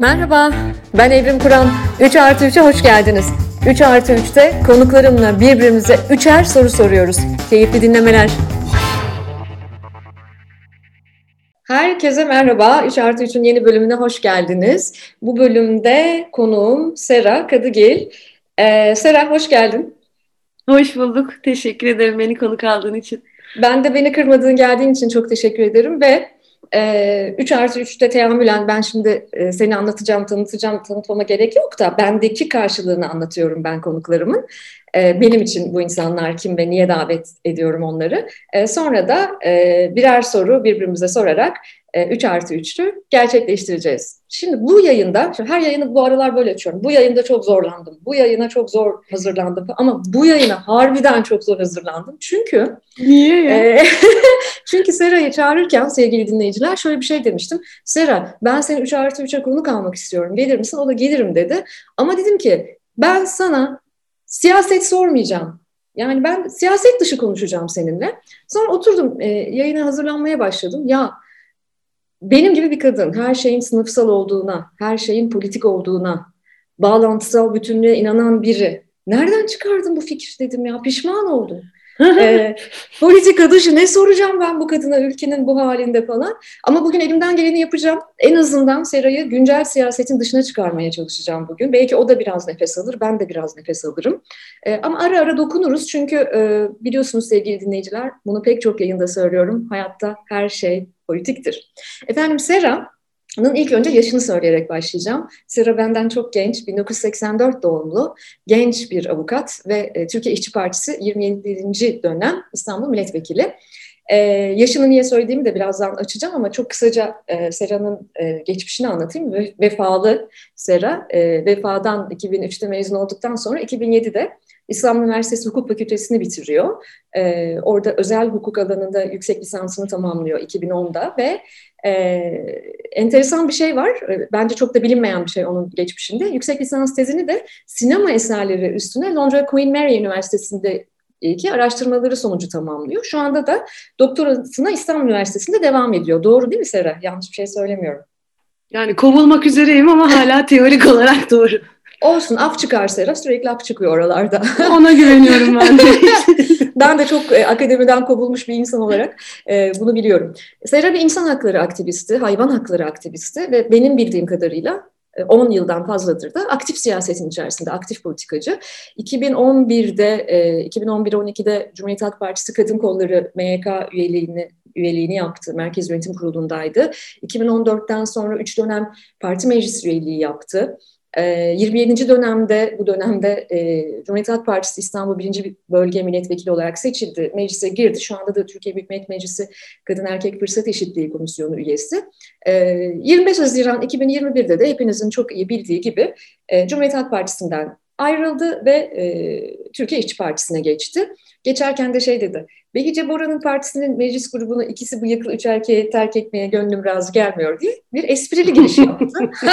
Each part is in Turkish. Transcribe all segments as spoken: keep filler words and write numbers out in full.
Merhaba, ben Evrim Kur'an. üç artı üçe hoş geldiniz. üç artı üçte konuklarımla birbirimize üçer soru soruyoruz. Keyifli dinlemeler. Herkese merhaba, üç artı üçün yeni bölümüne hoş geldiniz. Bu bölümde konuğum Sera Kadıgil. Ee, Sera, hoş geldin. Hoş bulduk. Teşekkür ederim beni konuk aldığın için. Ben de beni kırmadığın, geldiğin için çok teşekkür ederim ve e, üç artı üçte teamülen ben şimdi e, seni anlatacağım, tanıtacağım, tanıtmama gerek yok da bendeki karşılığını anlatıyorum ben konuklarımın. E, benim için bu insanlar kim ve niye davet ediyorum onları. E, sonra da e, birer soru birbirimize sorarak e, üç artı üçü gerçekleştireceğiz. Şimdi bu yayında, şimdi her yayını bu aralar böyle açıyorum. Bu yayında çok zorlandım. Bu yayına çok zor hazırlandım. Ama bu yayına harbiden çok zor hazırlandım. Çünkü Niye ya? e, çünkü Sera'yı çağırırken sevgili dinleyiciler şöyle bir şey demiştim. Sera, ben seni üç artı üçe konuk almak istiyorum. Gelir misin? O da gelirim dedi. Ama dedim ki ben sana siyaset sormayacağım. Yani ben siyaset dışı konuşacağım seninle. Sonra oturdum, e, yayına hazırlanmaya başladım. Ya benim gibi bir kadın her şeyin sınıfsal olduğuna, her şeyin politik olduğuna, bağlantısal bütünlüğe inanan biri. Nereden çıkardın bu fikir dedim ya, pişman oldum. E, politika dışı ne soracağım ben bu kadına ülkenin bu halinde falan. Ama bugün elimden geleni yapacağım. En azından Sera'yı güncel siyasetin dışına çıkarmaya çalışacağım bugün. Belki o da biraz nefes alır, ben de biraz nefes alırım. E, ama ara ara dokunuruz çünkü e, biliyorsunuz sevgili dinleyiciler, bunu pek çok yayında söylüyorum. Hayatta her şey politiktir. Efendim Sera'nın ilk önce yaşını söyleyerek başlayacağım. Sera benden çok genç, bin dokuz yüz seksen dört doğumlu, genç bir avukat ve e, Türkiye İşçi Partisi yirmi yedinci dönem İstanbul Milletvekili. Ee, yaşını niye söylediğimi de birazdan açacağım ama çok kısaca e, Sera'nın e, geçmişini anlatayım. Ve, vefalı Sera, e, vefadan iki bin üçte mezun olduktan sonra iki bin yedide İstanbul Üniversitesi Hukuk Fakültesini bitiriyor. Ee, orada özel hukuk alanında yüksek lisansını tamamlıyor iki bin onda ve e, enteresan bir şey var. Bence çok da bilinmeyen bir şey onun geçmişinde. Yüksek lisans tezini de sinema eserleri üstüne Londra Queen Mary Üniversitesi'nde ki araştırmaları sonucu tamamlıyor. Şu anda da doktorasına İstanbul Üniversitesi'nde devam ediyor. Doğru değil mi Sera? Yanlış bir şey söylemiyorum. Yani kovulmak üzereyim ama hala teorik olarak doğru. Olsun, af çıkar Sera. Sürekli af çıkıyor oralarda. Ona güveniyorum ben de. Ben de çok e, akademiden kovulmuş bir insan olarak e, bunu biliyorum. Sera bir insan hakları aktivisti, hayvan hakları aktivisti ve benim bildiğim kadarıyla on yıldan fazladır da aktif siyasetin içerisinde, aktif politikacı. iki bin on birde, iki bin on bir on ikide Cumhuriyet Halk Partisi Kadın Kolları M Y K üyeliğini üyeliğini yaptı. Merkez Yönetim Kurulu'ndaydı. iki bin on dörtten sonra üç dönem parti meclis üyeliği yaptı. yirmi yedinci dönemde, bu dönemde e, Cumhuriyet Halk Partisi İstanbul birinci Bölge Milletvekili olarak seçildi. Meclise girdi. Şu anda da Türkiye Büyük Millet Meclisi Kadın Erkek Fırsat Eşitliği Komisyonu üyesi. E, yirmi beş Haziran iki bin yirmi birde de hepinizin çok iyi bildiği gibi e, Cumhuriyet Halk Partisi'nden ayrıldı ve e, Türkiye İşçi Partisi'ne geçti. Geçerken de şey dedi, Behice Bora'nın partisinin meclis grubunu ikisi bıyıklı üç erkeğe terk etmeye gönlüm razı gelmiyor diye bir esprili giriş yaptı.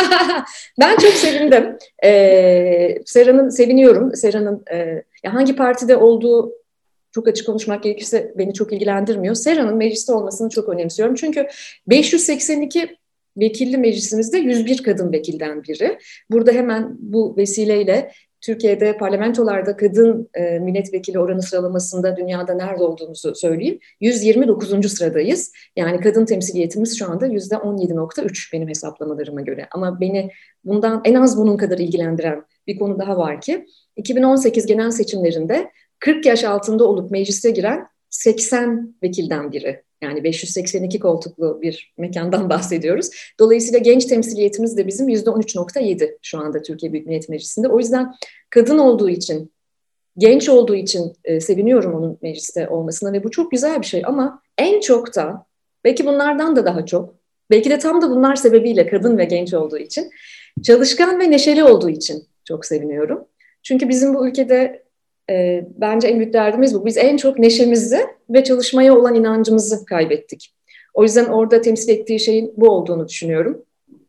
Ben çok sevindim. Ee, Sera'nın seviniyorum. Sera'nın e, ya hangi partide olduğu çok açık konuşmak gerekirse beni çok ilgilendirmiyor. Sera'nın mecliste olmasını çok önemsiyorum. Çünkü beş yüz seksen iki vekilli meclisimizde yüz bir kadın vekilden biri. Burada hemen bu vesileyle Türkiye'de parlamentolarda kadın e, milletvekili oranı sıralamasında dünyada nerede olduğumuzu söyleyeyim. yüz yirmi dokuzuncu sıradayız. Yani kadın temsiliyetimiz şu anda yüzde on yedi nokta üç benim hesaplamalarıma göre. Ama beni bundan en az bunun kadar ilgilendiren bir konu daha var ki iki bin on sekiz genel seçimlerinde kırk yaş altında olup meclise giren seksen vekilden biri. Yani beş yüz seksen iki koltuklu bir mekandan bahsediyoruz. Dolayısıyla genç temsiliyetimiz de bizim yüzde on üç nokta yedi şu anda Türkiye Büyük Millet Meclisi'nde. O yüzden kadın olduğu için, genç olduğu için e, seviniyorum onun mecliste olmasına ve bu çok güzel bir şey. Ama en çok da, belki bunlardan da daha çok, belki de tam da bunlar sebebiyle kadın ve genç olduğu için, çalışkan ve neşeli olduğu için çok seviniyorum. Çünkü bizim bu ülkede E, bence en büyük derdimiz bu. Biz en çok neşemizi ve çalışmaya olan inancımızı kaybettik. O yüzden orada temsil ettiği şeyin bu olduğunu düşünüyorum.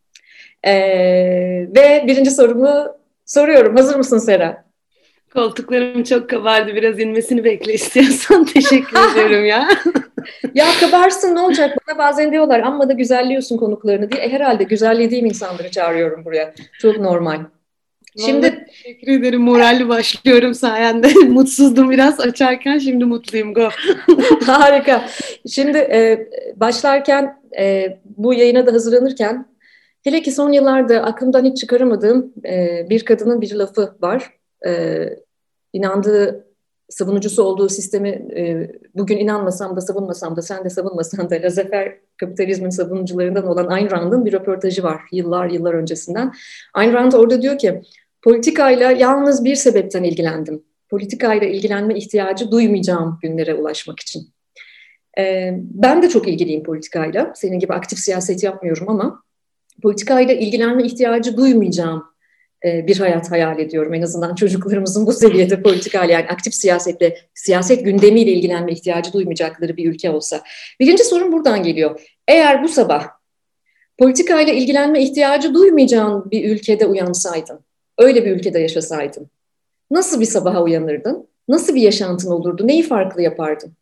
E, ve birinci sorumu soruyorum. Hazır mısın Sera? Koltuklarım çok kabardı. Biraz inmesini bekle istiyorsan. Teşekkür ediyorum ya. Ya kabarsın ne olacak? Bana bazen diyorlar amma da güzelliyorsun konuklarını diye. E, herhalde güzellediğim insanları çağırıyorum buraya. Çok normal. Vallahi Şimdi teşekkür ederim. Moralli başlıyorum sayende. Mutsuzdum biraz açarken, şimdi mutluyum. Go. harika. Şimdi e, başlarken e, bu yayına da hazırlanırken hele ki son yıllarda aklımdan hiç çıkaramadığım e, bir kadının bir lafı var. E, inandığı savunucusu olduğu sistemi e, bugün inanmasam da savunmasam da sen de savunmasan da laissez-faire kapitalizmin savunucularından olan Ayn Rand'ın bir röportajı var yıllar yıllar öncesinden. Ayn Rand orada diyor ki politikayla yalnız bir sebepten ilgilendim. Politikayla ilgilenme ihtiyacı duymayacağım günlere ulaşmak için. E, ben de çok ilgiliyim politikayla. Senin gibi aktif siyaset yapmıyorum ama politikayla ilgilenme ihtiyacı duymayacağım bir hayat hayal ediyorum. En azından çocuklarımızın bu seviyede politikayla yani aktif siyasetle, siyaset gündemiyle ilgilenme ihtiyacı duymayacakları bir ülke olsa. Birinci sorun buradan geliyor. Eğer bu sabah politikayla ilgilenme ihtiyacı duymayacağın bir ülkede uyansaydın, öyle bir ülkede yaşasaydın, nasıl bir sabaha uyanırdın? Nasıl bir yaşantın olurdu? Neyi farklı yapardın?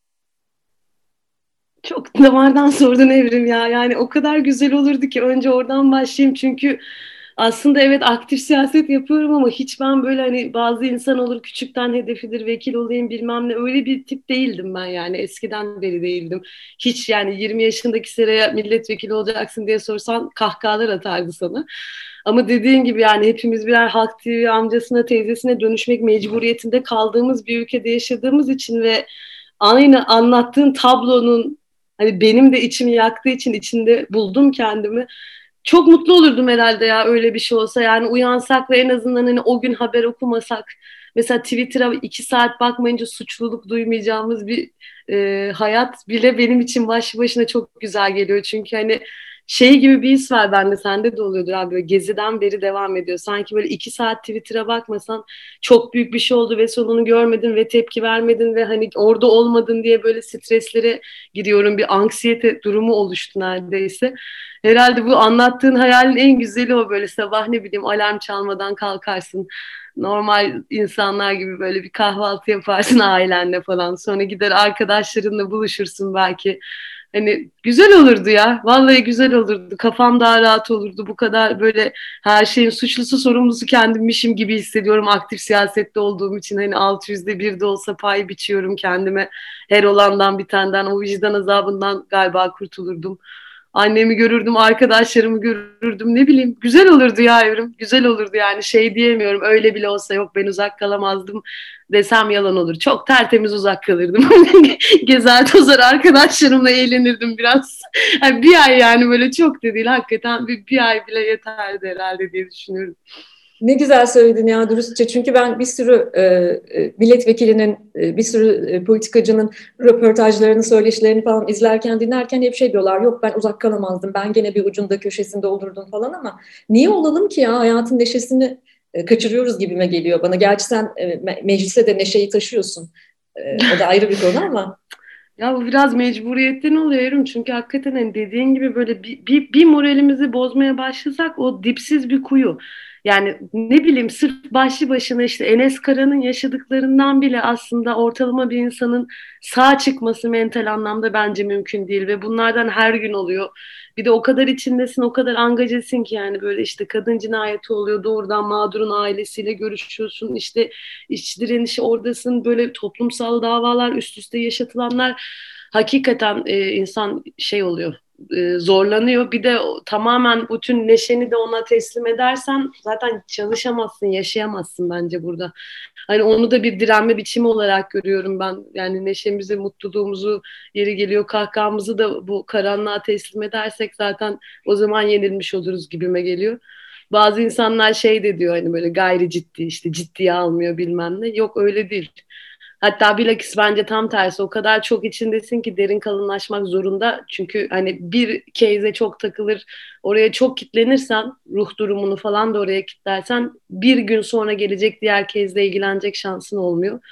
Çok damardan sordun Evrim ya. Yani o kadar güzel olurdu ki önce oradan başlayayım. Çünkü aslında evet aktif siyaset yapıyorum ama hiç ben böyle hani bazı insan olur küçükten hedefidir, vekil olayım bilmem ne öyle bir tip değildim ben yani. Eskiden beri değildim. Hiç yani yirmi yaşındaki Seraya milletvekili olacaksın diye sorsan kahkahalar atardı sana. Ama dediğin gibi yani hepimiz birer Halk T V amcasına teyzesine dönüşmek mecburiyetinde kaldığımız bir ülkede yaşadığımız için ve aynı anlattığın tablonun hani benim de içimi yaktığı için içinde buldum kendimi. Çok mutlu olurdum herhalde ya öyle bir şey olsa. Yani uyansak ve en azından hani o gün haber okumasak. Mesela Twitter'a iki saat bakmayınca suçluluk duymayacağımız bir e, hayat bile benim için başlı başına çok güzel geliyor. Çünkü hani şey gibi bir his var bende, sende de oluyordur abi. Böyle geziden beri devam ediyor. Sanki böyle iki saat Twitter'a bakmasan çok büyük bir şey oldu ve sonunu görmedin ve tepki vermedin ve hani orada olmadın diye böyle streslere giriyorum. Bir anksiyete durumu oluştu neredeyse. Herhalde bu anlattığın hayalin en güzeli o, böyle sabah ne bileyim alarm çalmadan kalkarsın. Normal insanlar gibi böyle bir kahvaltı yaparsın ailenle falan. Sonra gider arkadaşlarınla buluşursun belki. Hani güzel olurdu ya. Vallahi güzel olurdu. Kafam daha rahat olurdu. Bu kadar böyle her şeyin suçlusu sorumlusu kendimmişim gibi hissediyorum aktif siyasette olduğum için. Hani altı yüzde bir de olsa pay biçiyorum kendime. Her olandan bir taneden o vicdan azabından galiba kurtulurdum. Annemi görürdüm, arkadaşlarımı görürdüm. Ne bileyim güzel olurdu ya Evrim. Güzel olurdu yani şey diyemiyorum. Öyle bile olsa yok ben uzak kalamazdım desem yalan olur. Çok tertemiz uzak kalırdım. Gezer tozar arkadaşlarımla eğlenirdim biraz. Yani bir ay yani böyle çok da değil. Hakikaten bir, bir ay bile yeterdi herhalde diye düşünüyorum. Ne güzel söyledin ya dürüstçe. Çünkü ben bir sürü e, e, milletvekilinin, e, bir sürü e, politikacının röportajlarını, söyleşilerini falan izlerken, dinlerken hep şey diyorlar. Yok ben uzak kalamazdım, ben gene bir ucunda köşesinde olurdum falan ama niye olalım ki ya? Hayatın neşesini e, kaçırıyoruz gibime geliyor bana. Gerçi sen e, me- meclise de neşeyi taşıyorsun. E, o da ayrı bir konu ama. Ya bu biraz mecburiyetten oluyor Evrim. Çünkü hakikaten hani dediğin gibi böyle bir, bir, bir moralimizi bozmaya başlasak o dipsiz bir kuyu. Yani ne bileyim sırf başlı başına işte Enes Kara'nın yaşadıklarından bile aslında ortalama bir insanın sağ çıkması mental anlamda bence mümkün değil. Ve bunlardan her gün oluyor. Bir de o kadar içindesin, o kadar angajesin ki yani böyle işte kadın cinayeti oluyor. Doğrudan mağdurun ailesiyle görüşüyorsun. İşte işçi direnişi oradasın. Böyle toplumsal davalar üst üste yaşatılanlar hakikaten e, insan şey oluyor, e, zorlanıyor. Bir de o, tamamen bütün neşeni de ona teslim edersen zaten çalışamazsın, yaşayamazsın bence burada. Hani onu da bir direnme biçimi olarak görüyorum ben. Yani neşemizi, mutluluğumuzu, yeri geliyor kahkahamızı da bu karanlığa teslim edersek zaten o zaman yenilmiş oluruz gibime geliyor. Bazı insanlar şey de diyor hani böyle gayri ciddi işte ciddiye almıyor bilmem ne. Yok öyle değil. Hatta bilakis bence tam tersi o kadar çok içindesin ki derin kalınlaşmak zorunda. Çünkü hani bir case'e çok takılır, oraya çok kitlenirsen, ruh durumunu falan da oraya kitlersen bir gün sonra gelecek diğer case'le ilgilenecek şansın olmuyor.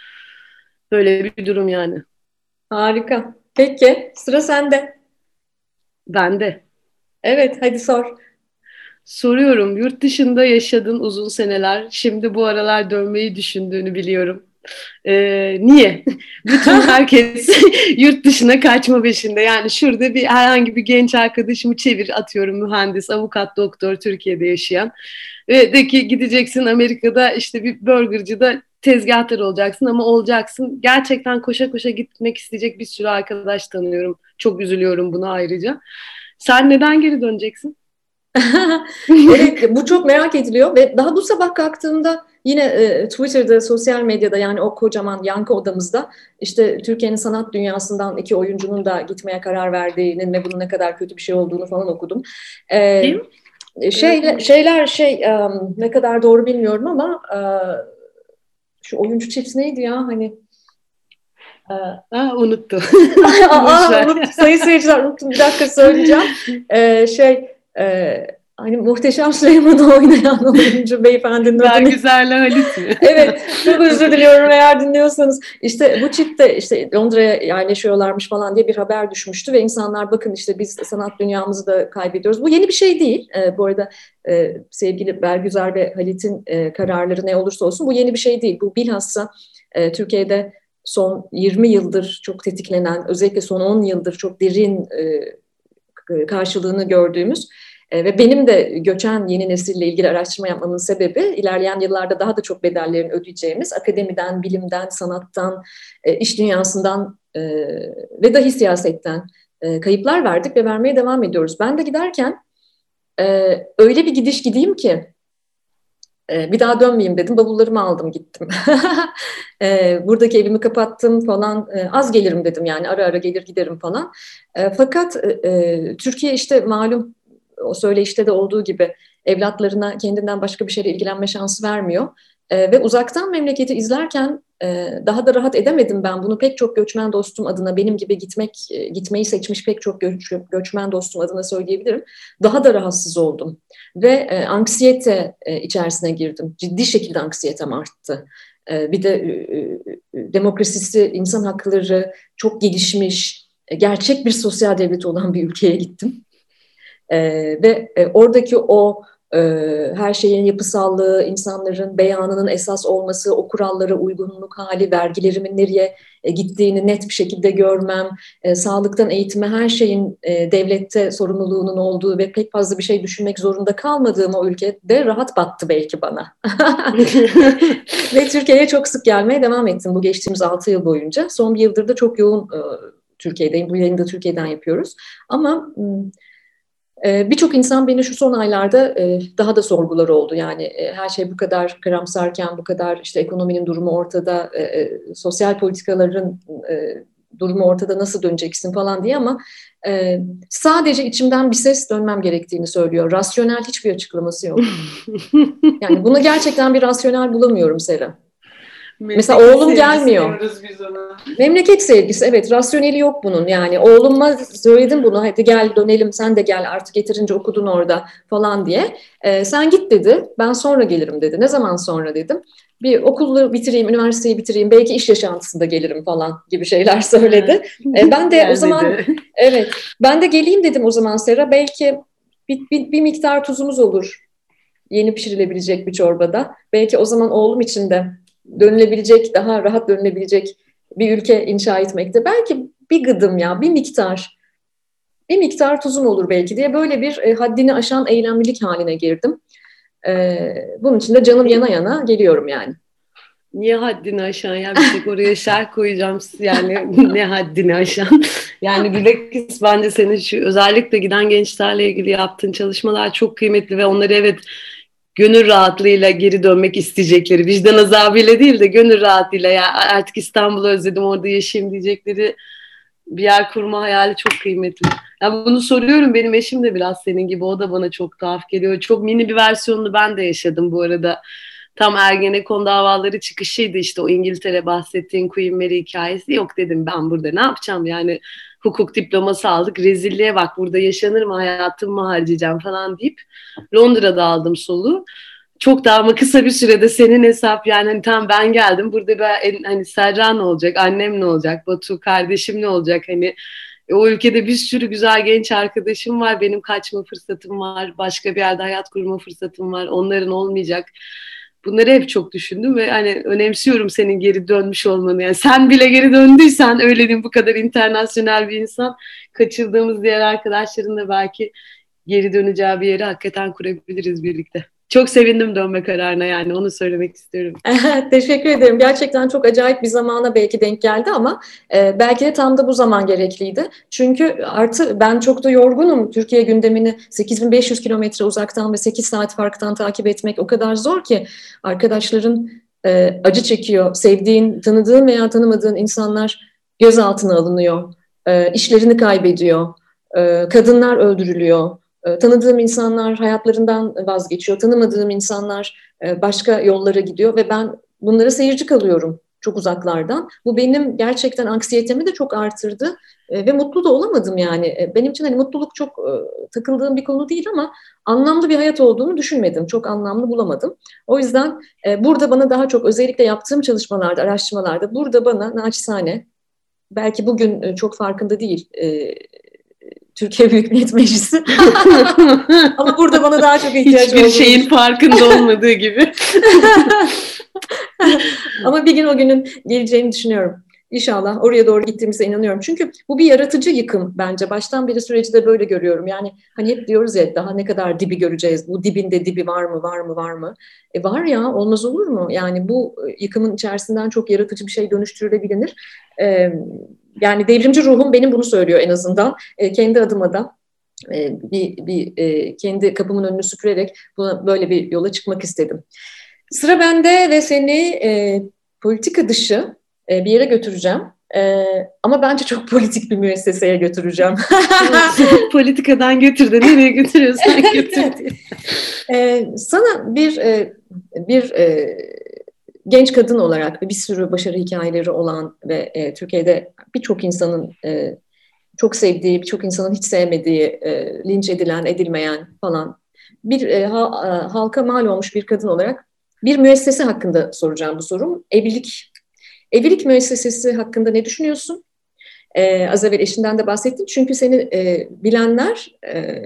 Böyle bir durum yani. Harika. Peki sıra sende. Ben de. Evet hadi sor. Soruyorum, yurt dışında yaşadın uzun seneler. Şimdi bu aralar dönmeyi düşündüğünü biliyorum. Ee, niye? Bütün herkes yurt dışına kaçma peşinde. Yani şurada bir herhangi bir genç arkadaşımı çevir, atıyorum mühendis, avukat, doktor, Türkiye'de yaşayan. Ve de ki gideceksin Amerika'da işte bir burgercıda tezgahtar olacaksın ama olacaksın. Gerçekten koşa koşa gitmek isteyecek bir sürü arkadaş tanıyorum. Çok üzülüyorum buna ayrıca. Sen neden geri döneceksin? Evet, bu çok merak ediliyor ve daha bu sabah kalktığımda yine e, Twitter'da, sosyal medyada, yani o kocaman yankı odamızda işte Türkiye'nin sanat dünyasından iki oyuncunun da gitmeye karar verdiğinin ve bunun ne kadar kötü bir şey olduğunu falan okudum. E, Kim? şeyler, şeyler şey um, ne kadar doğru bilmiyorum ama uh, şu oyuncu çift neydi ya hani? Aa, unuttum. Aa, unuttum. Sayın seyirciler, unuttum. Bir dakika söyleyeceğim. Ee, şey e, hani Muhteşem Süleyman'ı oynayan oyuncu beyefendinin adı ne? Güzel Halit mi? Evet, çok özür diliyorum eğer dinliyorsanız. İşte bu çift de işte Londra'ya yerleşiyorlarmış falan diye bir haber düşmüştü ve insanlar bakın işte biz sanat dünyamızı da kaybediyoruz. Bu yeni bir şey değil. Ee, bu arada e, sevgili Bergüzar ve Halit'in e, kararları ne olursa olsun bu yeni bir şey değil. Bu bilhassa e, Türkiye'de son yirmi yıldır çok tetiklenen, özellikle son on yıldır çok derin e, karşılığını gördüğümüz e, ve benim de göçen yeni nesille ilgili araştırma yapmamın sebebi ilerleyen yıllarda daha da çok bedellerini ödeyeceğimiz akademiden, bilimden, sanattan, e, iş dünyasından e, ve dahi siyasetten e, kayıplar verdik ve vermeye devam ediyoruz. Ben de giderken e, öyle bir gidiş gideyim ki bir daha dönmeyeyim dedim. Bavullarımı aldım gittim. Buradaki evimi kapattım falan. Az gelirim dedim, yani ara ara gelir giderim falan. Fakat Türkiye işte malum o söyleyişte de olduğu gibi evlatlarına kendinden başka bir şeyle ilgilenme şansı vermiyor. Ve uzaktan memleketi izlerken daha da rahat edemedim ben bunu. Pek çok göçmen dostum adına, benim gibi gitmek gitmeyi seçmiş pek çok göç, göçmen dostum adına söyleyebilirim. Daha da rahatsız oldum ve e, anksiyete e, içerisine girdim. Ciddi şekilde anksiyetem arttı. E, bir de e, e, demokrasisi, insan hakları çok gelişmiş, e, gerçek bir sosyal devlet olan bir ülkeye gittim. E, ve e, oradaki o e, her şeyin yapısallığı, insanların beyanının esas olması, o kurallara uygunluk hali, vergilerimin nereye e, gittiğini net bir şekilde görmem, e, sağlıktan eğitime her şeyin e, devlette sorumluluğunun olduğu ve pek fazla bir şey düşünmek zorunda kalmadığım o ülkede rahat battı belki bana. Ve Türkiye'ye çok sık gelmeye devam ettim bu geçtiğimiz altı yıl boyunca. Son bir yıldır da çok yoğun e, Türkiye'deyim. Bu yayını da Türkiye'den yapıyoruz. Ama Ee, birçok insan beni şu son aylarda e, daha da sorgular oldu. Yani e, her şey bu kadar karamsarken, bu kadar işte ekonominin durumu ortada, e, e, sosyal politikaların e, durumu ortada, nasıl döneceksin falan diye, ama e, sadece içimden bir ses dönmem gerektiğini söylüyor. Rasyonel hiçbir açıklaması yok. Yani bunu gerçekten bir rasyonel bulamıyorum Sera. Mesela oğlum gelmiyor. Biz ona. Memleket sevgisi, evet, rasyoneli yok bunun. Yani oğluma söyledim bunu, hadi gel dönelim, sen de gel artık, yeterince okudun orada falan diye. Ee, sen git dedi, ben sonra gelirim dedi. Ne zaman sonra dedim. Bir okulu bitireyim, üniversiteyi bitireyim, belki iş yaşantısında gelirim falan gibi şeyler söyledi. Ee, ben de o zaman evet, ben de geleyim dedim o zaman Sera, belki bir, bir, bir miktar tuzumuz olur yeni pişirilebilecek bir çorbada. Belki o zaman oğlum için de dönülebilecek, daha rahat dönülebilecek bir ülke inşa etmekte. Belki bir gıdım, ya bir miktar, bir miktar tuzum olur belki diye böyle bir e, haddini aşan eylemlilik haline girdim. E, bunun için de canım yana yana geliyorum yani. Niye haddini aşan ya? Bir tek oraya şerh koyacağım yani ne haddini aşan. Yani bilakis bence senin şu özellikle giden gençlerle ilgili yaptığın çalışmalar çok kıymetli ve onları evet gönül rahatlığıyla geri dönmek isteyecekleri, vicdan azabıyla değil de gönül rahatlığıyla ya artık İstanbul'u özledim orada yaşayayım diyecekleri bir yer kurma hayali çok kıymetli. Yani bunu soruyorum, benim eşim de biraz senin gibi, o da bana çok tuhaf geliyor. Çok mini bir versiyonunu ben de yaşadım bu arada. Tam Ergenekon davaları çıkışıydı işte, o İngiltere bahsettiğin Queen Mary hikayesi. Yok dedim, ben burada ne yapacağım yani, hukuk diploması aldık, rezilliğe bak, burada yaşanır mı, hayatımı mı harcayacağım falan deyip Londra'da aldım soluğu. Çok daha ama kısa bir sürede senin hesap yani, hani tam ben geldim burada, ben hani Serra ne olacak, annem ne olacak, Batu kardeşim ne olacak, hani o ülkede bir sürü güzel genç arkadaşım var, benim kaçma fırsatım var, başka bir yerde hayat kurma fırsatım var, onların olmayacak. Bunları hep çok düşündüm ve hani önemsiyorum senin geri dönmüş olmanı. Yani sen bile geri döndüysen, öyle diyeyim, bu kadar internasyonel bir insan, kaçırdığımız diğer arkadaşların da belki geri döneceği bir yeri hakikaten kurabiliriz birlikte. Çok sevindim dönme kararına, yani onu söylemek istiyorum. Teşekkür ederim. Gerçekten çok acayip bir zamana belki denk geldi ama e, belki de tam da bu zaman gerekliydi. Çünkü artı ben çok da yorgunum. Türkiye gündemini sekiz bin beş yüz kilometre uzaktan ve sekiz saat farktan takip etmek o kadar zor ki arkadaşların e, acı çekiyor. Sevdiğin, tanıdığın veya tanımadığın insanlar gözaltına alınıyor. E, işlerini kaybediyor. E, kadınlar öldürülüyor. E, tanıdığım insanlar hayatlarından vazgeçiyor. Tanımadığım insanlar başka yollara gidiyor ve ben bunlara seyirci kalıyorum çok uzaklardan. Bu benim gerçekten anksiyetemi de çok artırdı ve mutlu da olamadım yani. Benim için hani mutluluk çok takıldığım bir konu değil ama anlamlı bir hayat olduğunu düşünmedim. Çok anlamlı bulamadım. O yüzden burada bana daha çok, özellikle yaptığım çalışmalarda, araştırmalarda burada bana naçizane, belki bugün çok farkında değil Türkiye Büyük Millet Meclisi. Ama burada bana daha çok ihtiyaç Hiçbir şeyin farkında olmadığı gibi. Ama bir gün o günün geleceğini düşünüyorum. İnşallah oraya doğru gittiğimize inanıyorum. Çünkü bu bir yaratıcı yıkım bence. Baştan beri süreci de böyle görüyorum. Yani hani hep diyoruz ya, daha ne kadar dibi göreceğiz. Bu dibinde dibi var mı, var mı, var mı? E var ya, olmaz olur mu? Yani bu yıkımın içerisinden çok yaratıcı bir şey dönüştürülebilir. Ee, yani devrimci ruhum benim bunu söylüyor en azından. Ee, kendi adıma da e, bir, bir e, kendi kapımın önünü süpürerek buna, böyle bir yola çıkmak istedim. Sıra bende ve seni e, politika dışı e, bir yere götüreceğim. E, ama bence çok politik bir müesseseye götüreceğim. Politikadan götür de nereye götürüyorsan götür. e, sana bir e, bir e, genç kadın olarak ve bir sürü başarı hikayeleri olan ve e, Türkiye'de birçok insanın e, çok sevdiği, birçok insanın hiç sevmediği, e, linç edilen, edilmeyen falan bir e, ha, e, halka mal olmuş bir kadın olarak bir müessese hakkında soracağım bu sorum. Evlilik. Evlilik müessesesi hakkında ne düşünüyorsun? Ee, az evvel eşinden de bahsettin. Çünkü seni e, bilenler, e,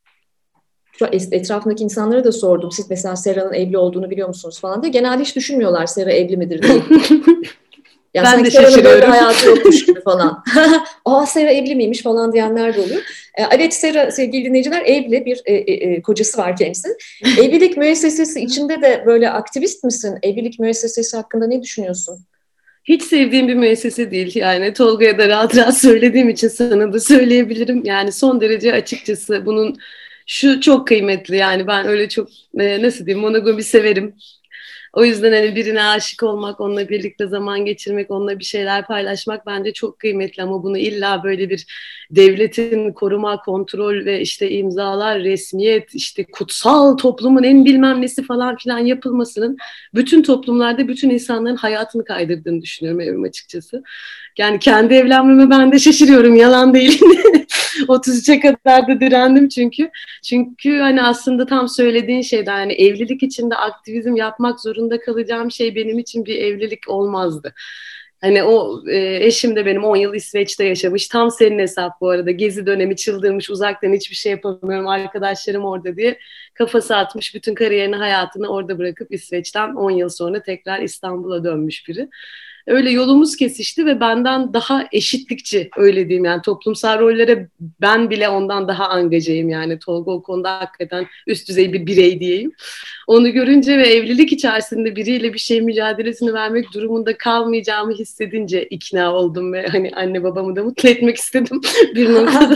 şu etrafındaki insanlara da sordum. Siz mesela Sera'nın evli olduğunu biliyor musunuz falan diye. Genelde hiç düşünmüyorlar Sera evli midir diye. Yani ben de şaşırıyorum. Böyle hayatı yokmuş gibi falan. Aa, Sera evli miymiş falan diyenler de oluyor. Ee, evet, Sera, sevgili dinleyiciler, evli, bir e, e, kocası var kendisinin. Evlilik müessesesi içinde de böyle aktivist misin? Evlilik müessesesi hakkında ne düşünüyorsun? Hiç sevdiğim bir müessese değil. Yani Tolga'ya da rahat rahat söylediğim için sana da söyleyebilirim. Yani son derece açıkçası bunun şu çok kıymetli. Yani ben öyle çok e, nasıl diyeyim, monogami severim. O yüzden hani birine aşık olmak, onunla birlikte zaman geçirmek, onunla bir şeyler paylaşmak bence çok kıymetli. Ama bunu illa böyle bir devletin koruma, kontrol ve işte imzalar, resmiyet, işte kutsal toplumun en bilmem nesi falan filan yapılmasının bütün toplumlarda bütün insanların hayatını kaydırdığını düşünüyorum evim açıkçası. Yani kendi evlenmeme ben de şaşırıyorum, yalan değil. otuz üçe kadar da direndim çünkü. Çünkü hani aslında tam söylediğin şeyden, yani evlilik içinde aktivizm yapmak zorunda kalacağım şey benim için bir evlilik olmazdı. Hani o e, eşim de benim on yıl İsveç'te yaşamış. Tam senin hesap bu arada. Gezi dönemi, çıldırmış, uzaktan hiçbir şey yapamıyorum, arkadaşlarım orada diye kafası atmış, bütün kariyerini, hayatını orada bırakıp İsveç'ten on yıl sonra tekrar İstanbul'a dönmüş biri. Öyle yolumuz kesişti ve benden daha eşitlikçi, öyle diyeyim, yani toplumsal rollere ben bile ondan daha angajayım. Yani Tolga o konuda hakikaten üst düzey bir birey diyeyim. Onu görünce ve evlilik içerisinde biriyle bir şey mücadelesini vermek durumunda kalmayacağımı hissedince ikna oldum ve hani anne babamı da mutlu etmek istedim bir noktada.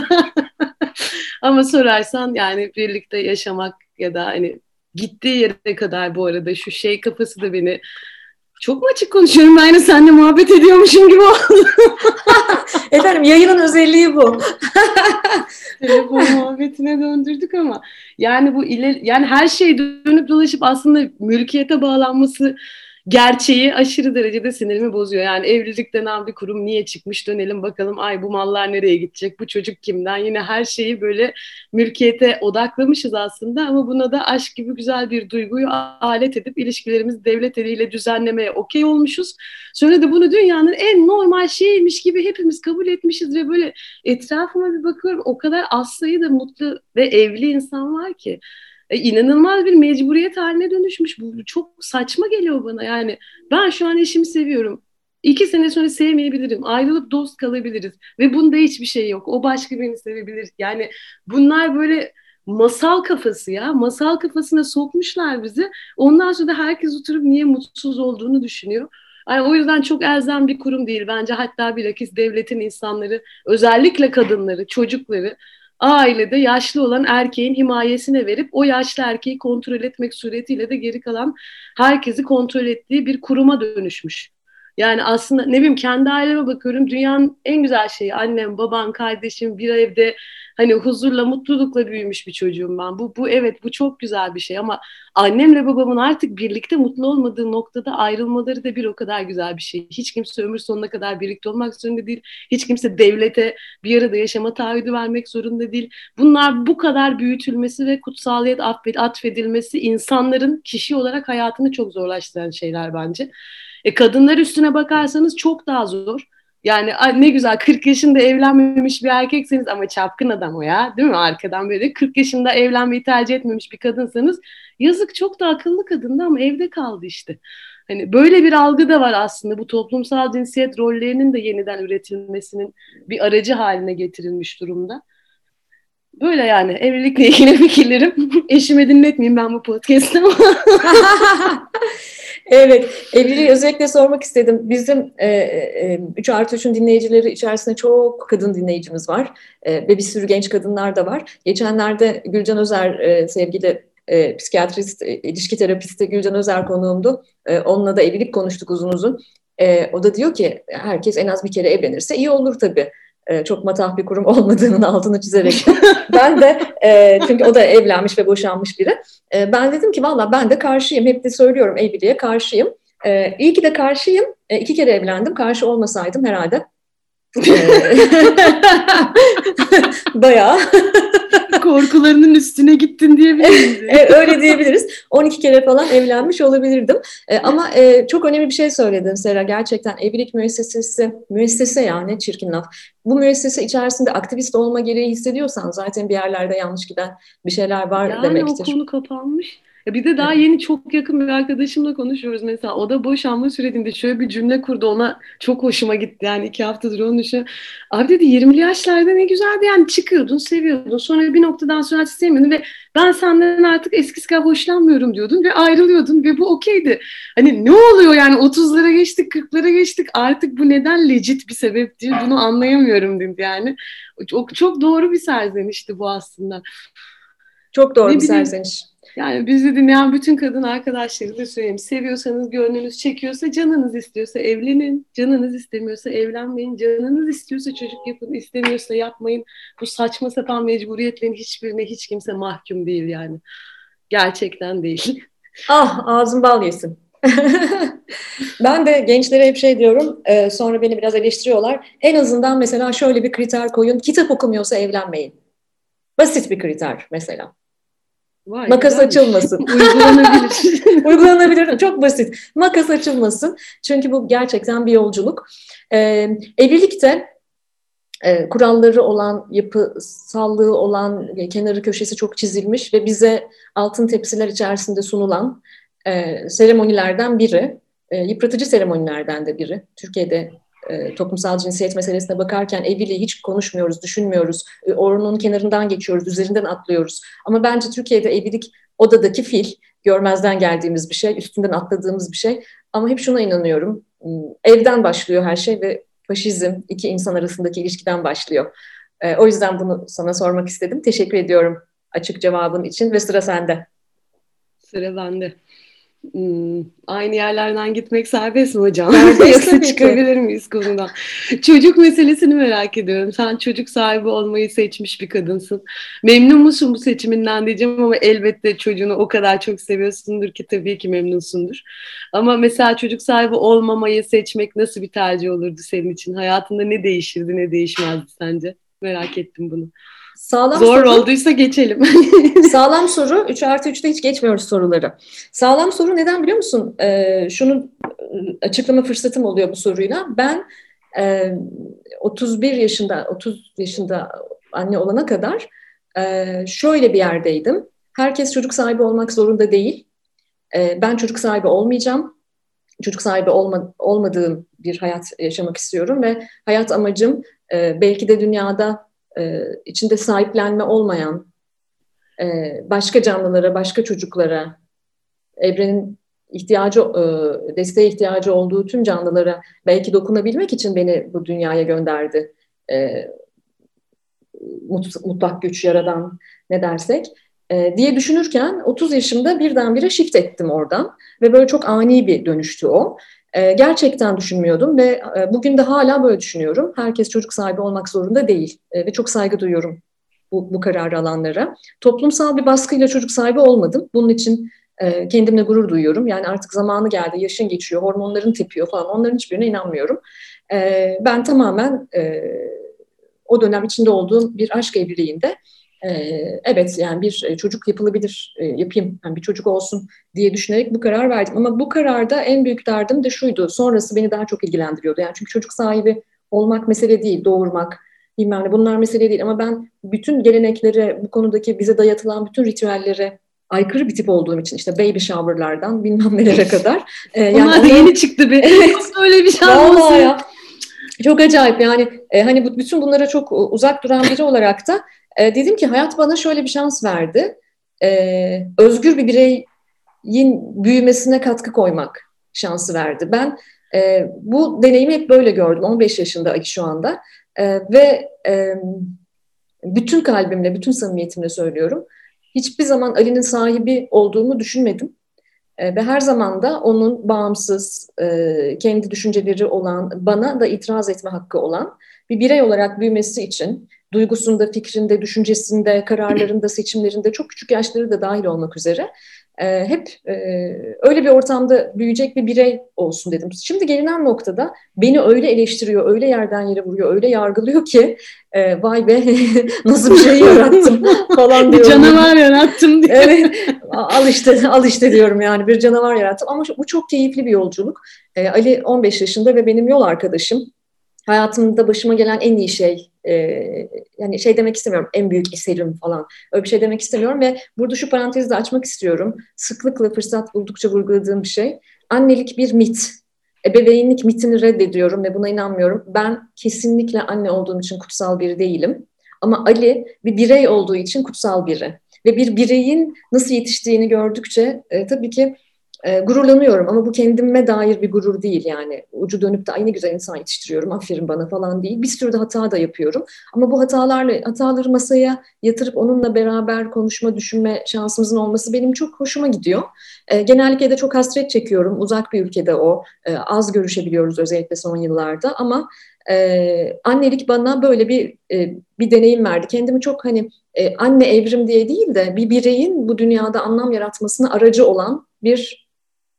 Ama sorarsan yani birlikte yaşamak ya da hani gittiği yere kadar, bu arada şu şey kafası da beni, çok mu açık konuşuyorum, ben de seninle muhabbet ediyormuşum gibi oldu. Efendim, yayının özelliği bu. Telefon muhabbetine döndürdük ama yani bu ile, yani her şey dönüp dolaşıp aslında mülkiyete bağlanması gerçeği aşırı derecede sinirimi bozuyor. Yani evlilik denen bir kurum niye çıkmış, dönelim bakalım, ay bu mallar nereye gidecek, bu çocuk kimden, yine her şeyi böyle mülkiyete odaklamışız aslında ama buna da aşk gibi güzel bir duyguyu alet edip ilişkilerimizi devlet eliyle düzenlemeye okey olmuşuz. Sonra da bunu dünyanın en normal şeymiş gibi hepimiz kabul etmişiz ve böyle etrafıma bir bakıyorum, o kadar az sayıda mutlu ve evli insan var ki. E, inanılmaz bir mecburiyet haline dönüşmüş. Bu çok saçma geliyor bana. Yani ben şu an eşimi seviyorum. İki sene sonra sevmeyebilirim. Ayrılıp dost kalabiliriz. Ve bunda hiçbir şey yok. O başka birini sevebilir. Yani bunlar böyle masal kafası ya. Masal kafasına sokmuşlar bizi. Ondan sonra da herkes oturup niye mutsuz olduğunu düşünüyor. Yani o yüzden çok elzem bir kurum değil. Bence hatta bilakis devletin insanları, özellikle kadınları, çocukları ailede yaşlı olan erkeğin himayesine verip o yaşlı erkeği kontrol etmek suretiyle de geri kalan herkesi kontrol ettiği bir kuruma dönüşmüş. Yani aslında ne bileyim kendi aileme bakıyorum, dünyanın en güzel şeyi annem, babam, kardeşim bir evde hani huzurla, mutlulukla büyümüş bir çocuğum ben. Bu, bu evet bu çok güzel bir şey ama annemle babamın artık birlikte mutlu olmadığı noktada ayrılmaları da bir o kadar güzel bir şey. Hiç kimse ömür sonuna kadar birlikte olmak zorunda değil. Hiç kimse devlete bir arada yaşama taahhüdü vermek zorunda değil. Bunlar bu kadar büyütülmesi ve kutsaliyet atfedilmesi insanların kişi olarak hayatını çok zorlaştıran şeyler bence. E, kadınlar üstüne bakarsanız çok daha zor. Yani ne güzel kırk yaşında evlenmemiş bir erkekseniz ama çapkın adam o ya değil mi? Arkadan böyle kırk yaşında evlenmeyi tercih etmemiş bir kadınsanız yazık çok da akıllı kadındı ama evde kaldı işte. Hani böyle bir algı da var aslında bu toplumsal cinsiyet rollerinin de yeniden üretilmesinin bir aracı haline getirilmiş durumda. Böyle yani evlilikle ilgili fikirlerim. Eşime dinletmeyeyim ben bu podcast'ı ama. Evet, evliliği özellikle sormak istedim. Bizim e, e, üç artı üçün dinleyicileri içerisinde çok kadın dinleyicimiz var. E, ve bir sürü genç kadınlar da var. Geçenlerde Gülcan Özer, e, sevgili e, psikiyatrist, e, ilişki terapisti Gülcan Özer konuğumdu. E, onunla da evlilik konuştuk uzun uzun. E, o da diyor ki herkes en az bir kere evlenirse iyi olur tabii. E, çok matah bir kurum olmadığının altını çizerek de. Ben de e, çünkü o da evlenmiş ve boşanmış biri. E, ben dedim ki valla ben de karşıyım. Hep de söylüyorum evliliğe karşıyım. E, iyi ki de karşıyım. E, iki kere evlendim. Karşı olmasaydım herhalde. Bayağı. Korkularının üstüne gittin diyebiliriz. e, öyle diyebiliriz. on iki kere falan evlenmiş olabilirdim. E, ama e, çok önemli bir şey söyledin Sera. Gerçekten evlilik müessesesi, müessese ya ne çirkin laf. Bu müessese içerisinde aktivist olma gereği hissediyorsan zaten bir yerlerde yanlış giden bir şeyler var yani demektir. Yani o konu kapanmış. Ya bir de daha yeni çok yakın bir arkadaşımla konuşuyoruz mesela. O da boşanma sürecinde şöyle bir cümle kurdu. Ona çok hoşuma gitti. Yani iki haftadır onu düşünüyorum. Abi dedi yirmili yaşlarda ne güzeldi. Yani çıkıyordun, seviyordun. Sonra bir noktadan sonra artık sevmiyordun ve ben senden artık eskisi kadar hoşlanmıyorum diyordun ve ayrılıyordun ve bu okeydi. Hani ne oluyor yani otuzlara geçtik, kırklara geçtik. Artık bu neden legit bir sebeptir? Bunu anlayamıyorum dedi yani. Çok, çok doğru bir serzenişti bu aslında. Çok doğru ne bir bileyim, serzeniş. yani bizi dinleyen bütün kadın arkadaşları da söyleyeyim. Seviyorsanız, gönlünüz çekiyorsa, canınız istiyorsa evlenin. Canınız istemiyorsa evlenmeyin. Canınız istiyorsa çocuk yapın, istemiyorsa yapmayın. Bu saçma sapan mecburiyetlerin hiçbirine hiç kimse mahkum değil yani. Gerçekten değil. Ah ağzım bal yesin. Ben de gençlere hep şey diyorum, e, sonra beni biraz eleştiriyorlar. En azından mesela şöyle bir kriter koyun, kitap okumuyorsa evlenmeyin. Basit bir kriter mesela. Vay, Makas güzelmiş. açılmasın. Uygulanabilir. Uygulanabilir, çok basit. Makas açılmasın. Çünkü bu gerçekten bir yolculuk. E, evlilikte e, kuralları olan, yapısallığı olan, e, kenarı köşesi çok çizilmiş ve bize altın tepsiler içerisinde sunulan e, seremonilerden biri. E, yıpratıcı seremonilerden de biri. Türkiye'de e, toplumsal cinsiyet meselesine bakarken evliliği hiç konuşmuyoruz, düşünmüyoruz. E, onun kenarından geçiyoruz, üzerinden atlıyoruz. Ama bence Türkiye'de evlilik odadaki fil, görmezden geldiğimiz bir şey, üstünden atladığımız bir şey. Ama hep şuna inanıyorum, evden başlıyor her şey ve faşizm iki insan arasındaki ilişkiden başlıyor. E, o yüzden bunu sana sormak istedim. Teşekkür ediyorum açık cevabın için ve sıra sende. Sıra bende. Hmm, aynı yerlerden gitmek serbest mi hocam? Serbest Yoksa tabii çıkabilir ki. miyiz konudan? Çocuk meselesini merak ediyorum. Sen çocuk sahibi olmayı seçmiş bir kadınsın. Memnun musun bu seçiminden diyeceğim ama elbette çocuğunu o kadar çok seviyorsundur ki tabii ki memnunsundur. Ama mesela çocuk sahibi olmamayı seçmek nasıl bir tercih olurdu senin için? Hayatında ne değişirdi, ne değişmezdi sence? Merak ettim bunu. Sağlam Zor soru. olduysa geçelim. Sağlam soru. üç artı üçte hiç geçmiyoruz soruları. Sağlam soru neden biliyor musun? Ee, şunu açıklama fırsatım oluyor bu soruyla. Ben e, otuz bir yaşında, otuz yaşında anne olana kadar e, şöyle bir yerdeydim. Herkes çocuk sahibi olmak zorunda değil. E, ben çocuk sahibi olmayacağım. Çocuk sahibi olma, olmadığım bir hayat yaşamak istiyorum ve hayat amacım e, belki de dünyada e, içinde sahiplenme olmayan e, başka canlılara, başka çocuklara, evrenin ihtiyacı, e, desteğe ihtiyacı olduğu tüm canlılara belki dokunabilmek için beni bu dünyaya gönderdi. E, mut, mutlak güç, yaradan ne dersek. E, diye düşünürken otuz yaşımda birdenbire shift ettim oradan ve böyle çok ani bir dönüştü o. E, gerçekten düşünmüyordum ve e, bugün de hala böyle düşünüyorum. Herkes çocuk sahibi olmak zorunda değil e, ve çok saygı duyuyorum bu, bu kararı alanlara. Toplumsal bir baskıyla çocuk sahibi olmadım. Bunun için e, kendimle gurur duyuyorum. Yani artık zamanı geldi, yaşın geçiyor, hormonların tepiyor falan. Onların hiçbirine inanmıyorum. E, ben tamamen e, o dönem içinde olduğum bir aşk evliliğinde e, evet yani bir çocuk yapılabilir, e, yapayım, yani bir çocuk olsun diye düşünerek bu karar verdim. Ama bu kararda en büyük derdim de şuydu. Sonrası beni daha çok ilgilendiriyordu. Yani çünkü çocuk sahibi olmak mesele değil, doğurmak, bilmem ne, bunlar mesele değil. Ama ben bütün geleneklere, bu konudaki bize dayatılan bütün ritüellere aykırı bir tip olduğum için, işte baby shower'lardan bilmem nelere kadar. E, yani onlar da onların... yeni çıktı be. Evet. Öyle bir şey olmasın. Ya. Çok acayip yani e, hani bu, bütün bunlara çok uzak duran biri olarak da e, dedim ki hayat bana şöyle bir şans verdi. E, özgür bir bireyin büyümesine katkı koymak şansı verdi. Ben e, bu deneyimi hep böyle gördüm. on beş yaşında Ali şu anda e, ve e, bütün kalbimle, bütün samimiyetimle söylüyorum. Hiçbir zaman Ali'nin sahibi olduğumu düşünmedim. Ve her zaman da onun bağımsız, kendi düşünceleri olan, bana da itiraz etme hakkı olan bir birey olarak büyümesi için duygusunda, fikrinde, düşüncesinde, kararlarında, seçimlerinde çok küçük yaşları da dahil olmak üzere hep öyle bir ortamda büyüyecek bir birey olsun dedim. Şimdi gelinen noktada beni öyle eleştiriyor, öyle yerden yere vuruyor, öyle yargılıyor ki vay be nasıl bir şey yarattım falan diyorum. Bir canavar yarattım diye. Evet, al işte, al işte diyorum yani bir canavar yarattım ama bu çok keyifli bir yolculuk. Ali on beş yaşında ve benim yol arkadaşım. Hayatımda başıma gelen en iyi şey, e, yani şey demek istemiyorum, en büyük eserim falan, öyle bir şey demek istemiyorum ve burada şu parantezi de açmak istiyorum. Sıklıkla fırsat buldukça vurguladığım bir şey. Annelik bir mit. Ebeveynlik mitini reddediyorum ve buna inanmıyorum. Ben kesinlikle anne olduğum için kutsal biri değilim. Ama Ali bir birey olduğu için kutsal biri. Ve bir bireyin nasıl yetiştiğini gördükçe e, tabii ki E, gururlanıyorum ama bu kendime dair bir gurur değil yani. Ucu dönüp de ay ne güzel insan yetiştiriyorum, aferin bana falan değil. Bir sürü de hata da yapıyorum. Ama bu hatalarla hataları masaya yatırıp onunla beraber konuşma, düşünme şansımızın olması benim çok hoşuma gidiyor. E, genellikle de çok hasret çekiyorum. Uzak bir ülkede o. E, az görüşebiliyoruz özellikle son yıllarda ama e, annelik bana böyle bir e, bir deneyim verdi. Kendimi çok hani e, anne evrim diye değil de bir bireyin bu dünyada anlam yaratmasına aracı olan bir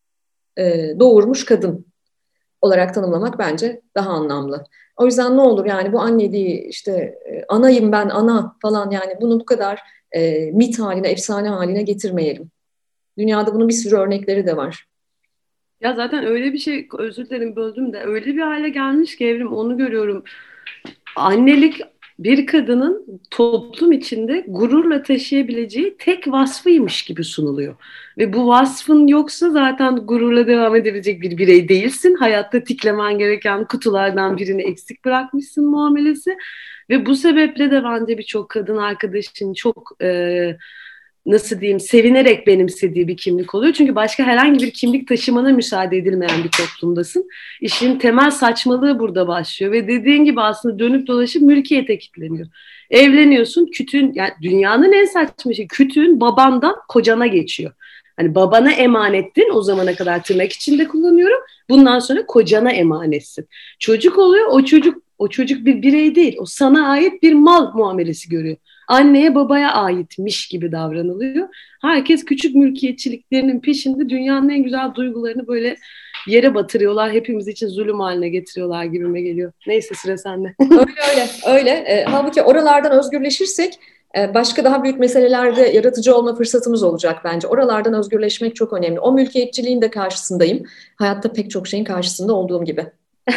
doğurmuş kadın olarak tanımlamak bence daha anlamlı. O yüzden ne olur yani bu anneliği işte anayım ben ana falan yani bunu bu kadar e, mit haline, efsane haline getirmeyelim. Dünyada bunun bir sürü örnekleri de var. Ya zaten öyle bir şey, özür dilerim böldüm de, öyle bir hale gelmiş ki Evrim, onu görüyorum. Annelik bir kadının toplum içinde gururla taşıyabileceği tek vasfıymış gibi sunuluyor. Ve bu vasfın yoksa zaten gururla devam edebilecek bir birey değilsin. Hayatta tiklemen gereken kutulardan birini eksik bırakmışsın muamelesi. Ve bu sebeple de bence birçok kadın arkadaşın çok e, nasıl diyeyim, sevinerek benimsediği bir kimlik oluyor. Çünkü başka herhangi bir kimlik taşımana müsaade edilmeyen bir toplumdasın. İşin temel saçmalığı burada başlıyor ve dediğin gibi aslında dönüp dolaşıp mülkiyete kilitleniyor. Evleniyorsun, kütüğün, yani dünyanın en saçma şeyi, kütüğün babandan kocana geçiyor. Hani babana emanettin, o zamana kadar tırnak içinde kullanıyorum. Bundan sonra kocana emanetsin. Çocuk oluyor, o çocuk o çocuk bir birey değil. O sana ait bir mal muamelesi görüyor. Anneye babaya aitmiş gibi davranılıyor. Herkes küçük mülkiyetçiliklerinin peşinde dünyanın en güzel duygularını böyle yere batırıyorlar. Hepimiz için zulüm haline getiriyorlar gibime geliyor. Neyse, sıra sende. Öyle öyle öyle. E, halbuki oralardan özgürleşirsek e, başka daha büyük meselelerde yaratıcı olma fırsatımız olacak bence. Oralardan özgürleşmek çok önemli. O mülkiyetçiliğin de karşısındayım. Hayatta pek çok şeyin karşısında olduğum gibi.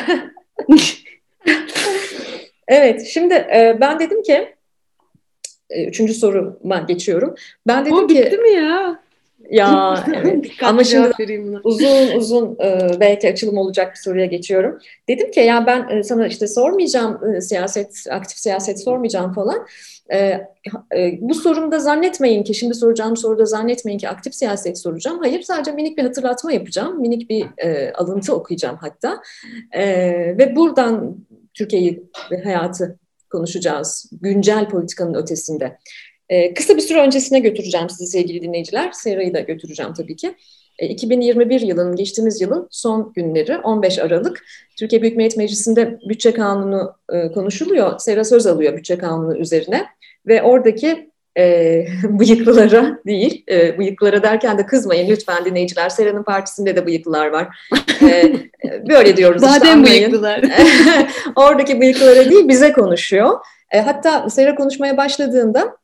Evet, şimdi e, ben dedim ki e, üçüncü soruma geçiyorum. Ben dedim O bitti ki mi ya? ya evet ama Dikkatli şimdi cevap vereyim buna. uzun uzun e, belki açılım olacak bir soruya geçiyorum. Dedim ki ya ben e, sana işte sormayacağım e, siyaset, aktif siyaset sormayacağım falan. E, e, bu sorumda zannetmeyin ki şimdi soracağım soruda zannetmeyin ki aktif siyaset soracağım. Hayır sadece minik bir hatırlatma yapacağım. Minik bir e, alıntı okuyacağım hatta. E, ve buradan Türkiye'yi ve hayatı konuşacağız. Güncel politikanın ötesinde. Ee, kısa bir süre öncesine götüreceğim sizi sevgili dinleyiciler. Sera'yı da götüreceğim tabii ki. Ee, iki bin yirmi bir yılının, geçtiğimiz yılın son günleri on beş Aralık. Türkiye Büyük Millet Meclisi'nde bütçe kanunu e, konuşuluyor. Sera söz alıyor bütçe kanunu üzerine. Ve oradaki e, bıyıklılara değil, e, bıyıklılara derken de kızmayın lütfen dinleyiciler. Sera'nın partisinde de bıyıklılar var. E, böyle diyoruz işte Badem anlayın. bıyıklılar. Oradaki bıyıklılara değil bize konuşuyor. E, hatta Sera konuşmaya başladığında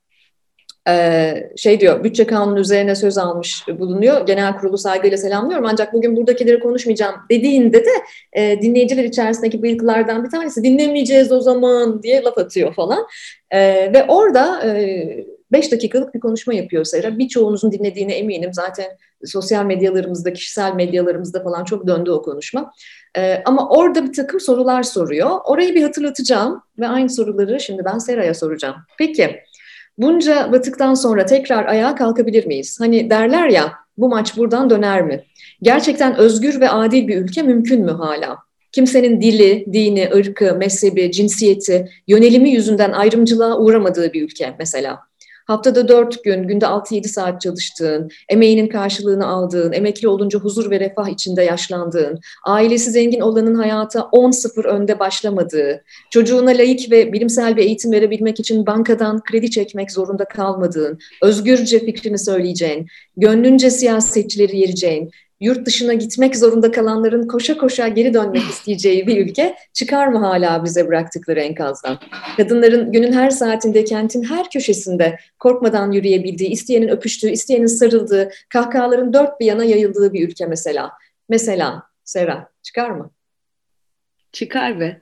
Ee, şey diyor, bütçe kanunu üzerine söz almış bulunuyor. Genel kurulu saygıyla selamlıyorum ancak bugün buradakileri konuşmayacağım dediğinde de e, dinleyiciler içerisindeki bıyıklılardan bir tanesi dinlemeyeceğiz o zaman diye laf atıyor falan. E, ve orada e, beş dakikalık bir konuşma yapıyor Sera. Birçoğunuzun dinlediğine eminim. Zaten sosyal medyalarımızda, kişisel medyalarımızda falan çok döndü o konuşma. E, ama orada bir takım sorular soruyor. Orayı bir hatırlatacağım ve aynı soruları şimdi ben Sera'ya soracağım. Peki. Bunca batıktan sonra tekrar ayağa kalkabilir miyiz? Hani derler ya, bu maç buradan döner mi? Gerçekten özgür ve adil bir ülke mümkün mü hala? Kimsenin dili, dini, ırkı, mezhebi, cinsiyeti, yönelimi yüzünden ayrımcılığa uğramadığı bir ülke mesela. Haftada dört gün, günde altı yedi saat çalıştığın, emeğinin karşılığını aldığın, emekli olunca huzur ve refah içinde yaşlandığın, ailesi zengin olanın hayata on sıfır önde başlamadığı, çocuğuna layık ve bilimsel bir eğitim verebilmek için bankadan kredi çekmek zorunda kalmadığın, özgürce fikrini söyleyeceğin, gönlünce siyasetçileri yereceğin, yurt dışına gitmek zorunda kalanların koşa koşa geri dönmek isteyeceği bir ülke çıkar mı hala bize bıraktıkları enkazdan? Kadınların günün her saatinde, kentin her köşesinde korkmadan yürüyebildiği, isteyenin öpüştüğü, isteyenin sarıldığı, kahkahaların dört bir yana yayıldığı bir ülke mesela. Mesela Sera, çıkar mı? Çıkar be.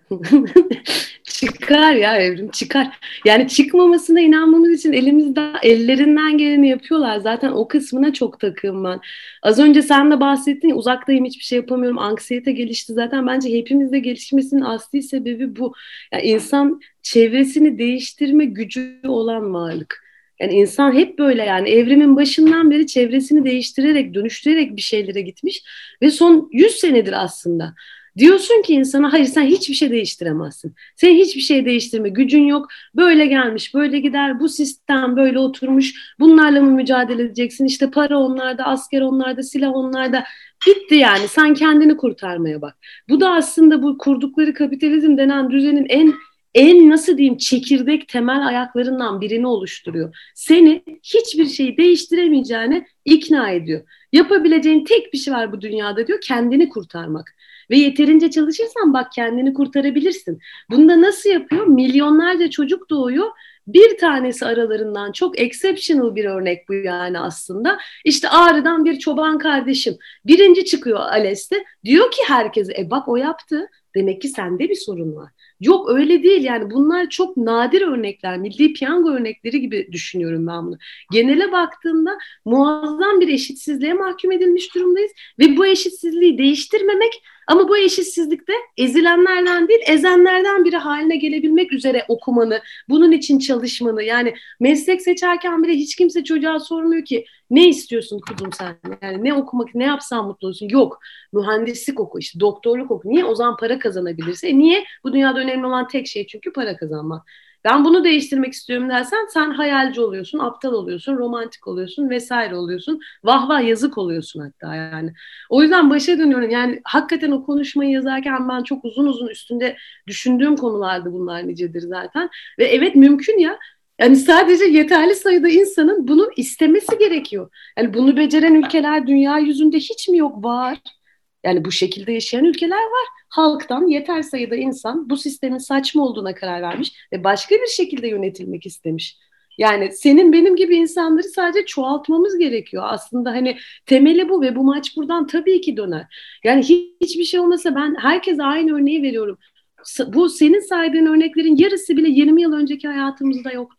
Çıkar ya Evrim, çıkar. Yani çıkmamasına inanmamız için elimizde ellerinden geleni yapıyorlar. Zaten o kısmına çok takığım ben. Az önce sen de bahsettin ya, uzaktayım hiçbir şey yapamıyorum. Anksiyete gelişti. Zaten bence hepimizde gelişmesinin asli sebebi bu. Yani insan çevresini değiştirme gücü olan varlık. Yani insan hep böyle, yani evrimin başından beri çevresini değiştirerek, dönüştürerek bir şeylere gitmiş ve son yüz senedir aslında. Diyorsun ki insana hayır sen hiçbir şey değiştiremezsin. Senin hiçbir şey değiştirme gücün yok. Böyle gelmiş, böyle gider. Bu sistem böyle oturmuş. Bunlarla mı mücadele edeceksin? İşte para onlarda, asker onlarda, silah onlarda. Bitti yani. Sen kendini kurtarmaya bak. Bu da aslında bu kurdukları kapitalizm denen düzenin en en nasıl diyeyim çekirdek temel ayaklarından birini oluşturuyor. Seni hiçbir şeyi değiştiremeyeceğine ikna ediyor. Yapabileceğin tek bir şey var bu dünyada diyor, kendini kurtarmak. Ve yeterince çalışırsan bak kendini kurtarabilirsin. Bunu da nasıl yapıyor? Milyonlarca çocuk doğuyor. Bir tanesi aralarından çok exceptional bir örnek bu yani aslında. İşte Ağrı'dan bir çoban kardeşim. Birinci çıkıyor ALES'te. Diyor ki herkese e bak o yaptı. Demek ki sende bir sorun var. Yok öyle değil yani bunlar çok nadir örnekler. Milli piyango örnekleri gibi düşünüyorum ben bunu. Genele baktığımda muazzam bir eşitsizliğe mahkum edilmiş durumdayız. Ve bu eşitsizliği değiştirmemek ama bu eşitsizlikte ezilenlerden değil ezenlerden biri haline gelebilmek üzere okumanı, bunun için çalışmanı, yani meslek seçerken bile hiç kimse çocuğa sormuyor ki ne istiyorsun kuzum sen? Yani ne okumak, ne yapsan mutlu olursun? Yok. Mühendislik oku, işte doktorluk oku. Niye? O zaman para kazanabilirse. E niye? Bu dünyada önemli olan tek şey çünkü para kazanmak. Ben bunu değiştirmek istiyorum dersen sen hayalci oluyorsun, aptal oluyorsun, romantik oluyorsun vesaire oluyorsun. Vah vah yazık oluyorsun hatta yani. O yüzden başa dönüyorum. Yani hakikaten o konuşmayı yazarken ben çok uzun uzun üstünde düşündüğüm konulardı bunlar nicedir zaten. Ve evet mümkün ya. Yani sadece yeterli sayıda insanın bunu istemesi gerekiyor. Yani bunu beceren ülkeler dünya yüzünde hiç mi yok? Var. Yani bu şekilde yaşayan ülkeler var. Halktan yeter sayıda insan bu sistemin saçma olduğuna karar vermiş ve başka bir şekilde yönetilmek istemiş. Yani senin benim gibi insanları sadece çoğaltmamız gerekiyor. Aslında hani temeli bu ve bu maç buradan tabii ki döner. Yani hiçbir şey olmasa ben herkese aynı örneği veriyorum. Bu senin saydığın örneklerin yarısı bile yirmi yıl önceki hayatımızda yoktu.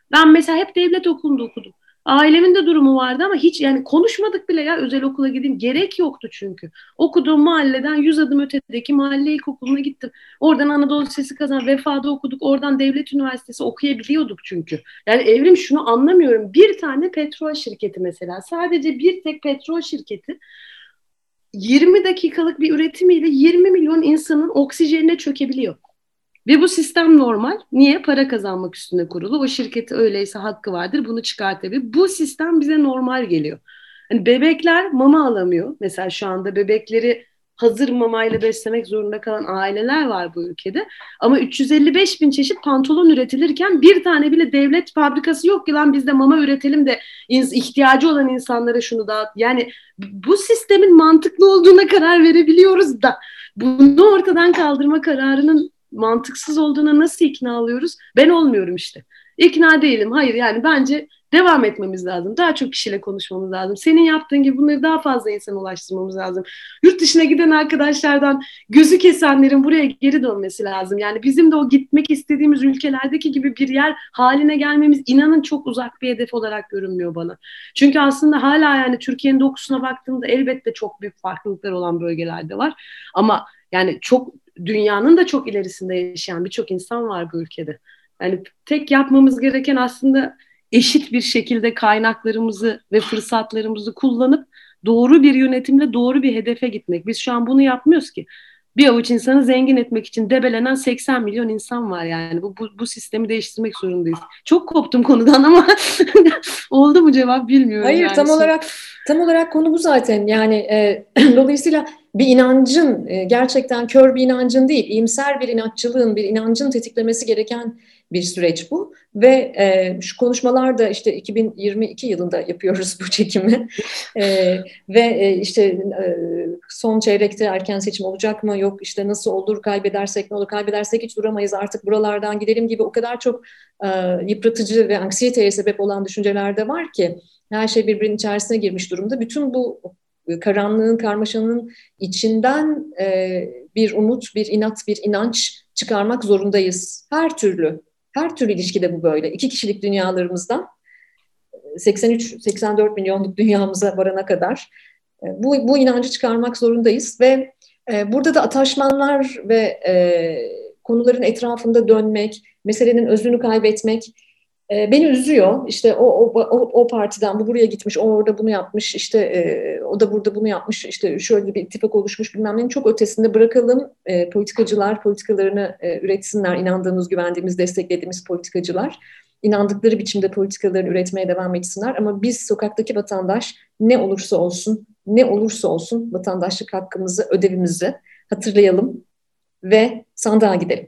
Ben mesela hep devlet okulunda okudum. Ailemin de durumu vardı ama hiç yani konuşmadık bile ya özel okula gideyim. Gerek yoktu çünkü. Okuduğum mahalleden yüz adım ötedeki mahalle ilkokuluna gittim. Oradan Anadolu Lisesi kazan, Vefa'da okuduk. Oradan Devlet Üniversitesi okuyabiliyorduk çünkü. Yani Evrim şunu anlamıyorum. Bir tane petrol şirketi mesela. Sadece bir tek petrol şirketi yirmi dakikalık bir üretimiyle yirmi milyon insanın oksijenine çökebiliyor. Ve bu sistem normal. Niye? Para kazanmak üstüne kurulu. O şirketi öyleyse hakkı vardır. Bunu çıkartabilir. Bu sistem bize normal geliyor. Hani bebekler mama alamıyor. Mesela şu anda bebekleri hazır mamayla beslemek zorunda kalan aileler var bu ülkede. Ama üç yüz elli beş bin çeşit pantolon üretilirken bir tane bile devlet fabrikası yok ki lan biz de mama üretelim de ihtiyacı olan insanlara şunu dağıt. Yani bu sistemin mantıklı olduğuna karar verebiliyoruz da bunu ortadan kaldırma kararının mantıksız olduğuna nasıl ikna oluyoruz? Ben olmuyorum işte. İkna değilim. Hayır yani bence devam etmemiz lazım. Daha çok kişiyle konuşmamız lazım. Senin yaptığın gibi bunları daha fazla insana ulaştırmamız lazım. Yurt dışına giden arkadaşlardan gözü kesenlerin buraya geri dönmesi lazım. Yani bizim de o gitmek istediğimiz ülkelerdeki gibi bir yer haline gelmemiz inanın çok uzak bir hedef olarak görünmüyor bana. Çünkü aslında hala yani Türkiye'nin dokusuna baktığımda elbette çok büyük farklılıklar olan bölgelerde var. Ama yani çok dünyanın da çok ilerisinde yaşayan birçok insan var bu ülkede. Yani tek yapmamız gereken aslında eşit bir şekilde kaynaklarımızı ve fırsatlarımızı kullanıp doğru bir yönetimle doğru bir hedefe gitmek. Biz şu an bunu yapmıyoruz ki. Bir avuç insanı zengin etmek için debelenen seksen milyon insan var yani. Bu, bu, bu sistemi değiştirmek zorundayız. Çok koptum konudan ama oldu mu cevap bilmiyorum. Hayır yani. tam olarak tam olarak konu bu zaten. Yani e, dolayısıyla bir inancın e, gerçekten kör bir inancın değil, iyimser bir inatçılığın, bir inancın tetiklemesi gereken bir süreç bu. Ve e, şu konuşmalar da işte iki bin yirmi iki yılında yapıyoruz bu çekimi. E, ve e, işte e, son çeyrekte erken seçim olacak mı? Yok işte nasıl olur? Kaybedersek ne olur? Kaybedersek hiç duramayız. Artık buralardan gidelim gibi o kadar çok e, yıpratıcı ve anksiyeteye sebep olan düşünceler de var ki her şey birbirinin içerisine girmiş durumda. Bütün bu karanlığın, karmaşanın içinden e, bir umut, bir inat, bir inanç çıkarmak zorundayız. Her türlü, her türlü ilişkide bu böyle. İki kişilik dünyalarımızdan seksen üç seksen dört milyonluk dünyamıza varana kadar e, bu, bu inancı çıkarmak zorundayız ve e, burada da ataşmanlar ve e, konuların etrafında dönmek, meselenin özünü kaybetmek e, beni üzüyor. İşte o, o, o, o partiden bu buraya gitmiş, o orada bunu yapmış, işte e, o da burada bunu yapmış, işte şöyle bir ittifak oluşmuş bilmem neyin çok ötesinde bırakalım. E, politikacılar politikalarını e, üretsinler, inandığımız, güvendiğimiz, desteklediğimiz politikacılar. İnandıkları biçimde politikalarını üretmeye devam etsinler. Ama biz sokaktaki vatandaş ne olursa olsun, ne olursa olsun vatandaşlık hakkımızı, ödevimizi hatırlayalım ve sandığa gidelim.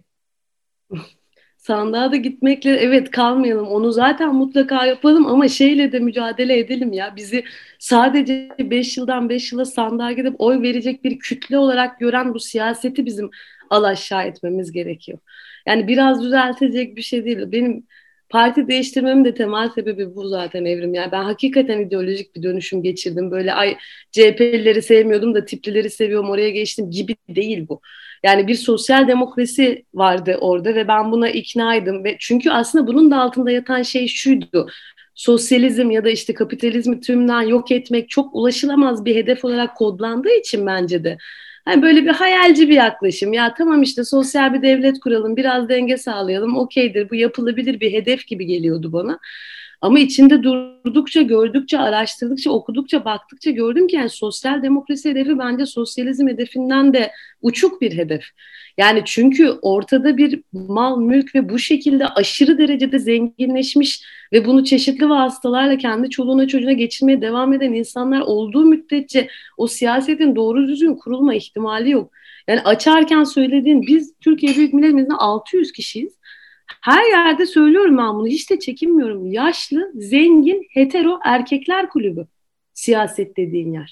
Sandığa da gitmekle evet kalmayalım. Onu zaten mutlaka yapalım ama şeyle de mücadele edelim ya. Bizi sadece beş yıldan beş yıla sandığa gidip oy verecek bir kütle olarak gören bu siyaseti bizim alaşağı etmemiz gerekiyor. Yani biraz düzeltecek bir şey değil. Benim parti değiştirmemin de temel sebebi bu zaten Evrim. Yani ben hakikaten ideolojik bir dönüşüm geçirdim. Böyle ay C H P'lileri sevmiyordum da tiplileri seviyorum oraya geçtim gibi değil bu. Yani bir sosyal demokrasi vardı orada ve ben buna iknaydım. Ve çünkü aslında bunun da altında yatan şey şuydu. Sosyalizm ya da işte kapitalizmi tümden yok etmek çok ulaşılamaz bir hedef olarak kodlandığı için bence de. Hani böyle bir hayalci bir yaklaşım. Ya tamam işte sosyal bir devlet kuralım, biraz denge sağlayalım, okeydir. Bu yapılabilir bir hedef gibi geliyordu bana. Ama içinde durdukça, gördükçe, araştırdıkça, okudukça, baktıkça gördüm ki yani sosyal demokrasi hedefi bence sosyalizm hedefinden de uçuk bir hedef. Yani çünkü ortada bir mal, mülk ve bu şekilde aşırı derecede zenginleşmiş ve bunu çeşitli vasıtalarla kendi çoluğuna çocuğuna geçirmeye devam eden insanlar olduğu müddetçe o siyasetin doğru düzgün kurulma ihtimali yok. Yani açarken söylediğin biz Türkiye Büyük Millet Meclisi'nde altı yüz kişiyiz. Her yerde söylüyorum ben bunu. Hiç de çekinmiyorum. Yaşlı, zengin, hetero erkekler kulübü. Siyaset dediğin yer.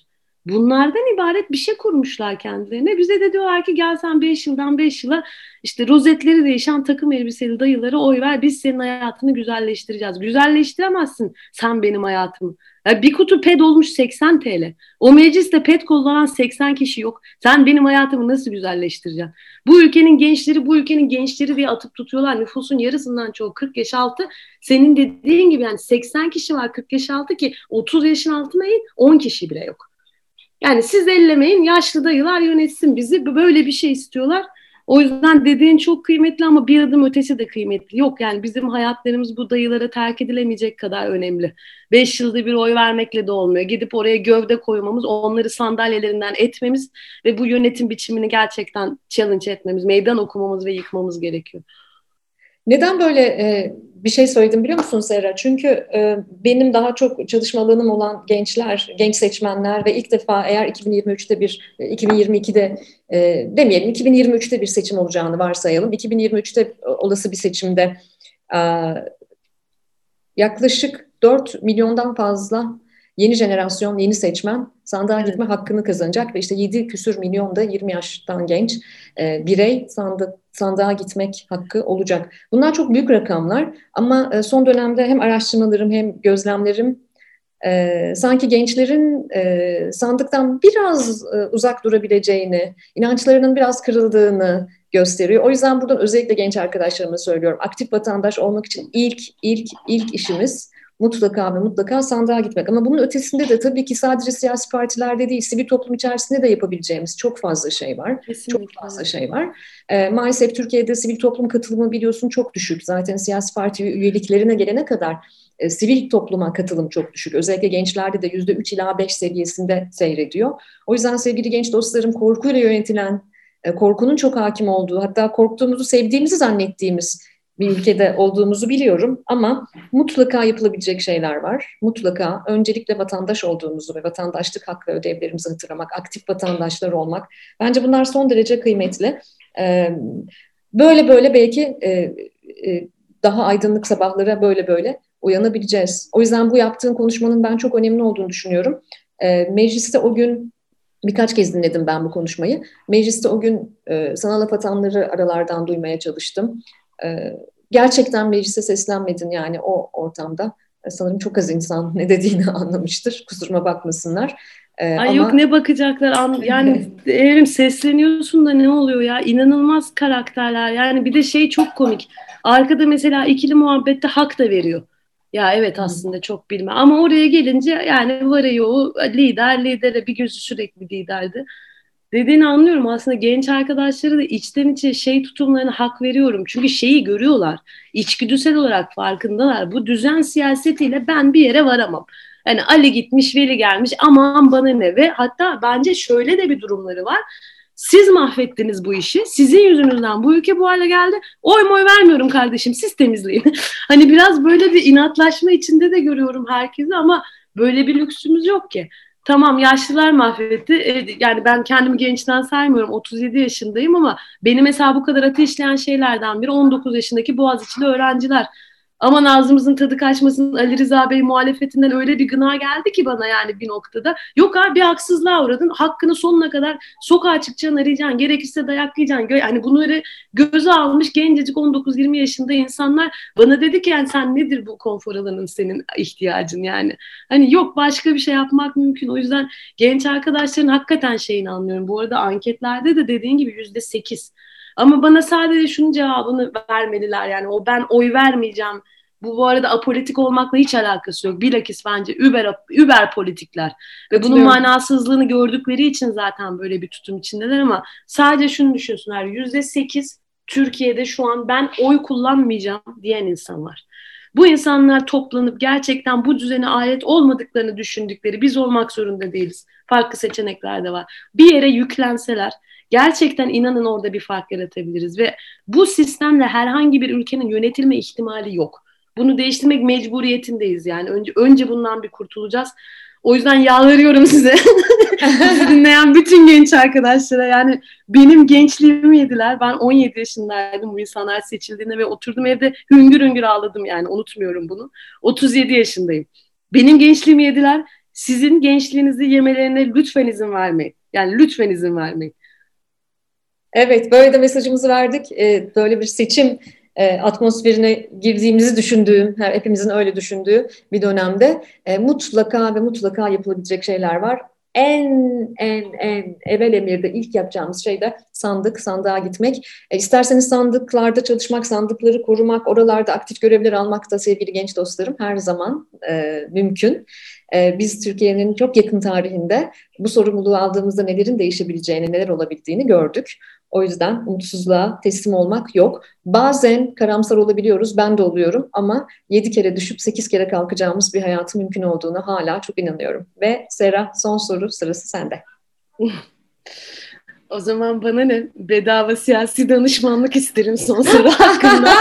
Bunlardan ibaret bir şey kurmuşlar kendilerine. Bize de diyorlar ki gel sen beş yıldan beş yıla işte rozetleri değişen takım elbiseli dayılara oy ver. Biz senin hayatını güzelleştireceğiz. Güzelleştiremezsin sen benim hayatımı. Ya bir kutu ped olmuş seksen T L. O mecliste ped kullanan seksen kişi yok. Sen benim hayatımı nasıl güzelleştireceksin? Bu ülkenin gençleri bu ülkenin gençleri diye atıp tutuyorlar. Nüfusun yarısından çoğu kırk yaş altı. Senin dediğin gibi yani seksen kişi var kırk yaş altı ki otuz yaşın altına in on kişi bile yok. Yani siz ellemeyin, yaşlı dayılar yönetsin bizi. Böyle bir şey istiyorlar. O yüzden dediğin çok kıymetli ama bir adım ötesi de kıymetli. Yok yani bizim hayatlarımız bu dayılara terk edilemeyecek kadar önemli. Beş yılda bir oy vermekle de olmuyor. Gidip oraya gövde koymamız, onları sandalyelerinden etmemiz ve bu yönetim biçimini gerçekten challenge etmemiz, meydan okumamız ve yıkmamız gerekiyor. Neden böyle e, bir şey söyledim biliyor musun Serra? Çünkü e, benim daha çok çalışma alanım olan gençler, genç seçmenler ve ilk defa eğer iki bin yirmi üçte bir, iki bin yirmi ikide e, demeyelim iki bin yirmi üçte bir seçim olacağını varsayalım. iki bin yirmi üçte olası bir seçimde e, yaklaşık dört milyondan fazla yeni jenerasyon, yeni seçmen sandığa gitme evet. hakkını kazanacak ve işte yedi küsür milyon da yirmi yaştan genç e, birey sandık, sandığa gitmek hakkı olacak. Bunlar çok büyük rakamlar ama e, son dönemde hem araştırmalarım hem gözlemlerim e, sanki gençlerin e, sandıktan biraz e, uzak durabileceğini, inançlarının biraz kırıldığını gösteriyor. O yüzden buradan özellikle genç arkadaşlarıma söylüyorum. Aktif vatandaş olmak için ilk ilk ilk işimiz mutlaka ve mutlaka sandığa gitmek. Ama bunun ötesinde de tabii ki sadece siyasi partilerde değil, sivil toplum içerisinde de yapabileceğimiz çok fazla şey var. Kesinlikle. Çok fazla şey var. E, maalesef Türkiye'de sivil toplum katılımı biliyorsun çok düşük. Zaten siyasi parti üyeliklerine gelene kadar e, sivil topluma katılım çok düşük. Özellikle gençlerde de yüzde üç ila beş seviyesinde seyrediyor. O yüzden sevgili genç dostlarım korkuyla yönetilen, e, korkunun çok hakim olduğu, hatta korktuğumuzu sevdiğimizi zannettiğimiz bir ülkede olduğumuzu biliyorum ama mutlaka yapılabilecek şeyler var. Mutlaka öncelikle vatandaş olduğumuzu ve vatandaşlık hakkı ödevlerimizi hatırlamak, aktif vatandaşlar olmak. Bence bunlar son derece kıymetli. Ee, böyle böyle belki e, e, daha aydınlık sabahlara böyle böyle uyanabileceğiz. O yüzden bu yaptığın konuşmanın ben çok önemli olduğunu düşünüyorum. Ee, mecliste o gün birkaç kez dinledim ben bu konuşmayı. Mecliste o gün e, sana laf atanları aralardan duymaya çalıştım. Gerçekten meclise seslenmedin yani o ortamda. Sanırım çok az insan ne dediğini anlamıştır. Kusuruma bakmasınlar. Ay ama... yok ne bakacaklar. Yani Evrim sesleniyorsun da ne oluyor ya? İnanılmaz karakterler. Yani bir de şey çok komik. Arkada mesela ikili muhabbette hak da veriyor. Ya evet aslında çok bilme. Ama oraya gelince yani var ya o lider lidere bir gözü sürekli liderdi. Dediğini anlıyorum aslında genç arkadaşları da içten içe şey tutumlarına hak veriyorum. Çünkü şeyi görüyorlar. İçgüdüsel olarak farkındalar. Bu düzen siyasetiyle ben bir yere varamam. Yani Ali gitmiş, Veli gelmiş aman bana ne ve hatta bence şöyle de bir durumları var. Siz mahvettiniz bu işi. Sizin yüzünüzden bu ülke bu hale geldi. Oy moy vermiyorum kardeşim siz temizleyin. Hani biraz böyle bir inatlaşma içinde de görüyorum herkesi ama böyle bir lüksümüz yok ki. Tamam yaşlılar mahvetti. Yani ben kendimi gençten saymıyorum. otuz yedi yaşındayım ama benim mesela bu kadar ateşleyen şeylerden biri on dokuz yaşındaki Boğaziçi'li öğrenciler. Aman ağzımızın tadı kaçmasın Ali Rıza Bey muhalefetinden öyle bir gına geldi ki bana yani bir noktada. Yok abi bir haksızlığa uğradın. Hakkını sonuna kadar sokağa çıkacaksın arayacaksın. Gerekirse dayak yiyeceksin. Yani bunları göze almış gencecik on dokuz yirmi yaşında insanlar bana dedi ki yani sen nedir bu konfor alanının senin ihtiyacın yani. Hani yok başka bir şey yapmak mümkün. O yüzden genç arkadaşların hakikaten şeyini anlıyorum. Bu arada anketlerde de dediğin gibi yüzde sekiz. Ama bana sadece şunun cevabını vermeliler yani o ben oy vermeyeceğim. Bu bu arada apolitik olmakla hiç alakası yok. Bilakis bence über, über politikler. Ve bunun manasızlığını gördükleri için zaten böyle bir tutum içindeler ama sadece şunu düşünsünler. Yüzde sekiz Türkiye'de şu an ben oy kullanmayacağım diyen insan var. Bu insanlar toplanıp gerçekten bu düzene alet olmadıklarını düşündükleri biz olmak zorunda değiliz. Farklı seçenekler de var. Bir yere yüklenseler gerçekten inanın orada bir fark yaratabiliriz ve bu sistemle herhangi bir ülkenin yönetilme ihtimali yok. Bunu değiştirmek mecburiyetindeyiz yani. Önce önce bundan bir kurtulacağız. O yüzden yalvarıyorum size. Bizi dinleyen bütün genç arkadaşlara yani benim gençliğimi yediler. Ben on yedi yaşındaydım bu insanlar seçildiğinde ve oturdum evde hüngür hüngür ağladım yani unutmuyorum bunu. otuz yedi yaşındayım. Benim gençliğimi yediler. sizin gençliğinizi yemelerine lütfen izin vermeyin. Yani lütfen izin vermeyin. Evet, böyle de mesajımızı verdik. Ee, böyle bir seçim e, atmosferine girdiğimizi düşündüğüm, her hepimizin öyle düşündüğü bir dönemde e, mutlaka ve mutlaka yapılabilecek şeyler var. En en en evvel emirde ilk yapacağımız şey de sandık, sandığa gitmek. E, isterseniz sandıklarda çalışmak, sandıkları korumak, oralarda aktif görevler almak da sevgili genç dostlarım her zaman e, mümkün. E, biz Türkiye'nin çok yakın tarihinde bu sorumluluğu aldığımızda nelerin değişebileceğini, neler olabildiğini gördük. O yüzden umutsuzluğa teslim olmak yok. Bazen karamsar olabiliyoruz, ben de oluyorum ama yedi kere düşüp sekiz kere kalkacağımız bir hayatın mümkün olduğunu hala çok inanıyorum. Ve Sera, son soru sırası sende. O zaman bana ne? Bedava siyasi danışmanlık isterim son soru hakkında.